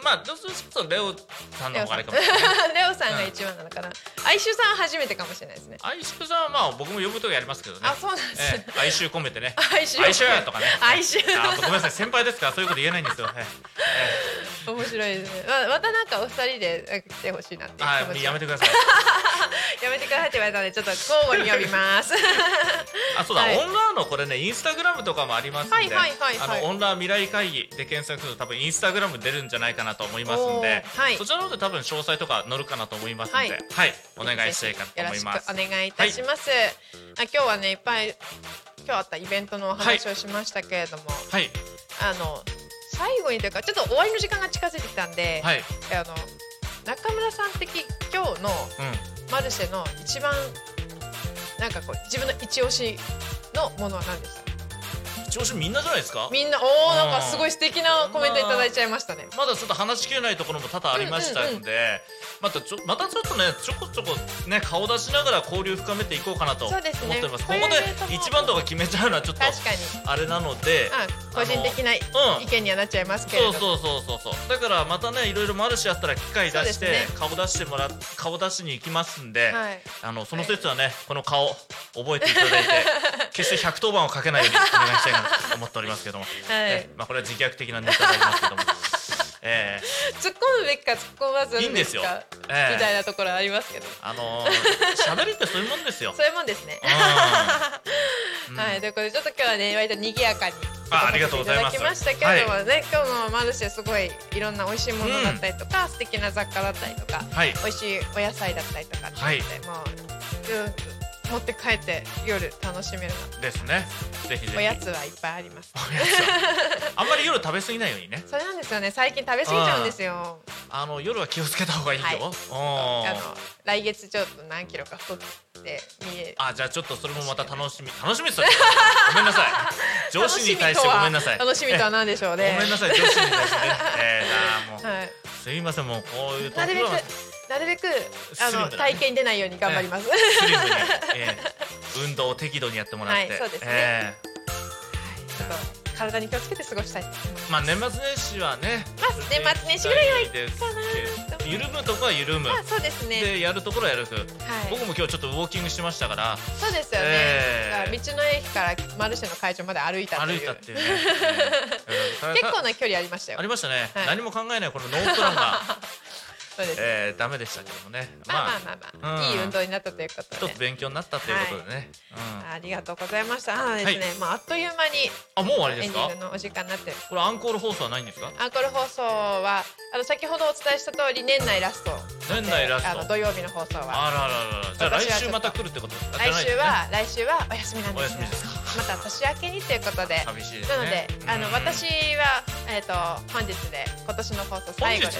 S6: まあどうするとレオさんの方があれかもしれない
S5: レオさんが一番なのかな、哀愁さんは初めてかもしれないですね。
S6: 哀愁さんはまあ僕も呼ぶときやりますけどね。
S5: あ、そうなんですね、
S6: えー、哀愁込めてね
S5: 哀愁
S6: 哀愁とかね
S5: 哀愁
S6: あごめんなさい先輩ですからそういうこと言えないんですよ、え
S5: ー、面白いですね。ま, またなんかお二人で来てほしいなっていう気持ち。
S6: あやめてください
S5: やめてくださいって言われたのでちょっと交互に呼びます
S6: あ、そうだ、
S5: はい、
S6: オンラーのこれねインスタグラムとかもありますんで、
S5: はいはいはいはい、
S6: あのオンラー未来会議で検索すると多分インスタグラム出るんじゃないかなと思いますんで、
S5: はい、
S6: そちらの方で多分詳細とか載るかなと思いますので、はい、はい、お願いしたいかと思います。
S5: よろしくお願いいたします、はい、あ今日はねいっぱい今日あったイベントのお話をしましたけれども、はい、あの最後にというかちょっと終わりの時間が近づいてきたんで、はい、あの中村さん的今日のマルシェの一番なんかこう自分の一押しのものは何ですか？
S6: 一押しみんなじゃないですか？
S5: みんな、おー、なんかすごい素敵なコメントいただいちゃいましたね。
S6: まだちょっと話しきれないところも多々ありましたので、うんうんうん、またちょまたちょっとねちょこちょこね顔出しながら交流深めていこうかなと思っております。
S5: ね、
S6: ここで一番とか決めちゃうのはちょっとあれなので、
S5: 個人的な意見にはなっちゃいますけれど、うん、
S6: そうそうそうそうそうだからまたねいろいろマルシェあったら機会出して、ね、顔出してもら顔出しに行きますんで、はい、あのその説はね、はい、この顔覚えていただいて決してひゃくとおばんをかけないようにお願いしたいなと思っておりますけども、はい、えまあこれは自虐的なネタになりますけども。えー、
S5: 突っ込むべきか突っ込まずにべきかいい、えー、みたいなところありますけど、
S6: あのー、喋りってそういうもんですよ
S5: そういうもんですね、うん、はい、ということでちょっと今日はね割と賑やかに
S6: ありがとうございます。いただ
S5: きましたけれどもね、はい、今日のマルシェすごいいろんな美味しいものだったりとか、うん、素敵な雑貨だったりとか、はい、美味しいお野菜だったりとかって、はい、もう、うん持って帰って夜楽しめるな
S6: ですね。ぜひぜひ
S5: おやつはいっぱいあります。
S6: あんまり夜食べ過ぎないようにね。
S5: それなんですよね。最近食べ過ぎちゃうんですよ。
S6: あの夜は気をつけた方がいいよ、はい、
S5: あの来月ちょっと何キロか太って見える。
S6: あ、じゃあちょっっとそれもまた楽しみ楽しみですよごめんなさい上司に対してごめんなさい
S5: 楽しみとは何でしょうね
S6: ごめんなさい上司に対してねえー、なもう、はい、すいませんもうこういうところは
S5: なるべくあの体験に出ないように頑張ります、
S6: えー、スリムに、えー、運動を適度にやってもらって、
S5: はい、そうですね、
S6: え
S5: ー、はい、ちょっと体に気をつけて過ごしたいと思います。
S6: まあ年末年始はね、
S5: まあ、年末年始ぐらいはいいかな。
S6: 緩むとこは緩む、
S5: まあ、そうですね。
S6: でやるところはやる、はい、僕も今日ちょっとウォーキングしましたから。
S5: そうですよね、えー、道の駅からマルシェの会場まで歩いたという
S6: 歩いたっていうね、
S5: えー、結構な距離ありましたよ。
S6: ありましたね、はい、何も考えないこのノープランがそうです、えー、ダメでしたけどもね。
S5: まあまあまあまあ、うん、いい運動になったということで、
S6: 一つ勉強になったということでね、
S5: はい、うん、ありがとうございました。あですね、はい、まあ、あっという間に
S6: あもう終わりですか？
S5: エンディングのお時間になって、
S6: これアンコール放送はないんですか？
S5: アンコール放送はあの先ほどお伝えした通り年内ラスト、
S6: 年内ラスト、
S5: あの土曜日の放送は
S6: あらららら、じゃあ来週また来るってこと？
S5: 来週は、ね、来週はお休みなんです。
S6: お休みですか？
S5: また年明けにということで、
S6: 寂しいですね。
S5: なのであの私はえっ、ー、と本日で今年の放送最後です。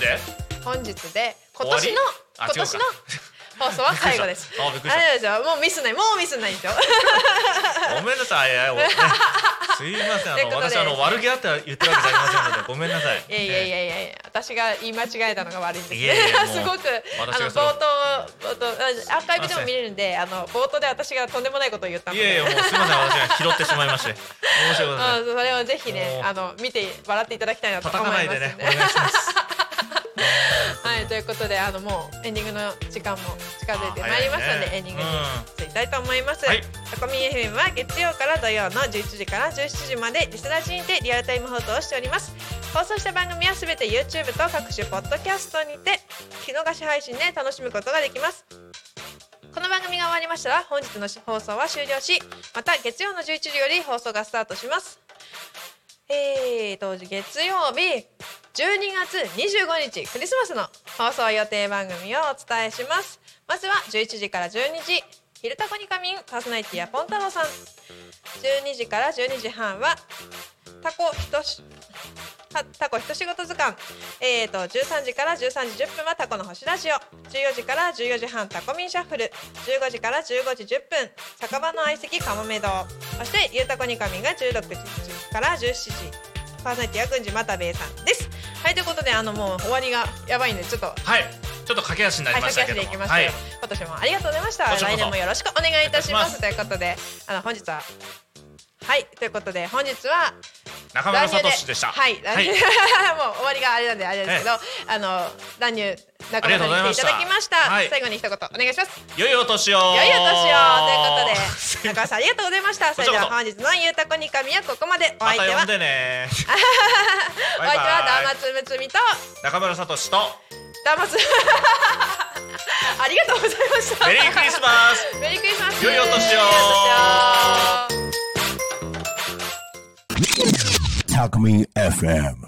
S5: 本日で今年の今年の放送は最後です。
S6: あ、びっくりした。あれです
S5: よ、もうミスない、もうミスないですよ。
S6: ごめんなさい、いやいや、ね、すいません、あの私あの悪気あって言ってるわけじゃありませんので、ごめんなさい。
S5: いやいやいやいやいや、私が言い間違えたのが悪いんですね。すごくあの冒頭冒頭アーカイブでも見れるんで、あの冒頭で私がとんでもないことを言ったので。
S6: いやいや、もうすみません、私が拾ってしまいまして。申し訳ございません。
S5: それをぜひね、あの見て笑っていただきたいなと思います。
S6: 叩かないでね、お願いします。
S5: はい、ということであのもうエンディングの時間も近づいてまいりましたので、ね、エンディングについたいと思います。はい、タコミ エフエム は月曜から土曜のじゅういちじからじゅうしちじまでリスラジにてリアルタイム放送をしております。放送した番組はすべて YouTube と各種ポッドキャストにて見逃し配信で楽しむことができます。この番組が終わりましたら本日の放送は終了し、また月曜のじゅういちじより放送がスタートします。えーと月曜日じゅうにがつにじゅうごにちクリスマスの放送予定番組をお伝えします。まずはじゅういちじからじゅうにじ、昼タコに仮眠パーソナリティやポン太郎さん。じゅうにじからじゅうにじはんはタコひとしタコひと仕事図鑑。えーとじゅうさんじからじゅうさんじじゅっぷんはタコの星ラジオ。じゅうよじからじゅうよじはんタコミンシャッフル。じゅうごじからじゅうごじじゅっぷん酒場の相席かもめ堂。そしてゆうたこに仮眠がじゅうろくじからじゅうしちじ、パーソナリティは郡司又兵衛さんです。はい、ということであのもう終わりがやばいんでちょっと
S6: はいちょっと駆け足になりましたけども、
S5: はい、駆け足でいきましたよ、はい、今年もありがとうございました。来年もよろしくお願いいたします。ということであの本日ははいということで本日は
S6: 中村聡でした。
S5: はい、はい、もう終わりがあれなんであれですけど、あの乱入中村さんに来ていただきました。はい、最後に一言お願いします。
S6: 良いお年を。
S5: 良いお年をということで中村さんありがとうございました。それでは本日のゆうたこにかみはここまで。お相手は
S6: また呼んでね
S5: お相手はダーマツムツミと
S6: 中村聡と
S5: ダーマツありがとうございました。
S6: メリークリスマス。
S5: メリークリスマス。
S6: 良いお年を。
S4: Talk Me エフエム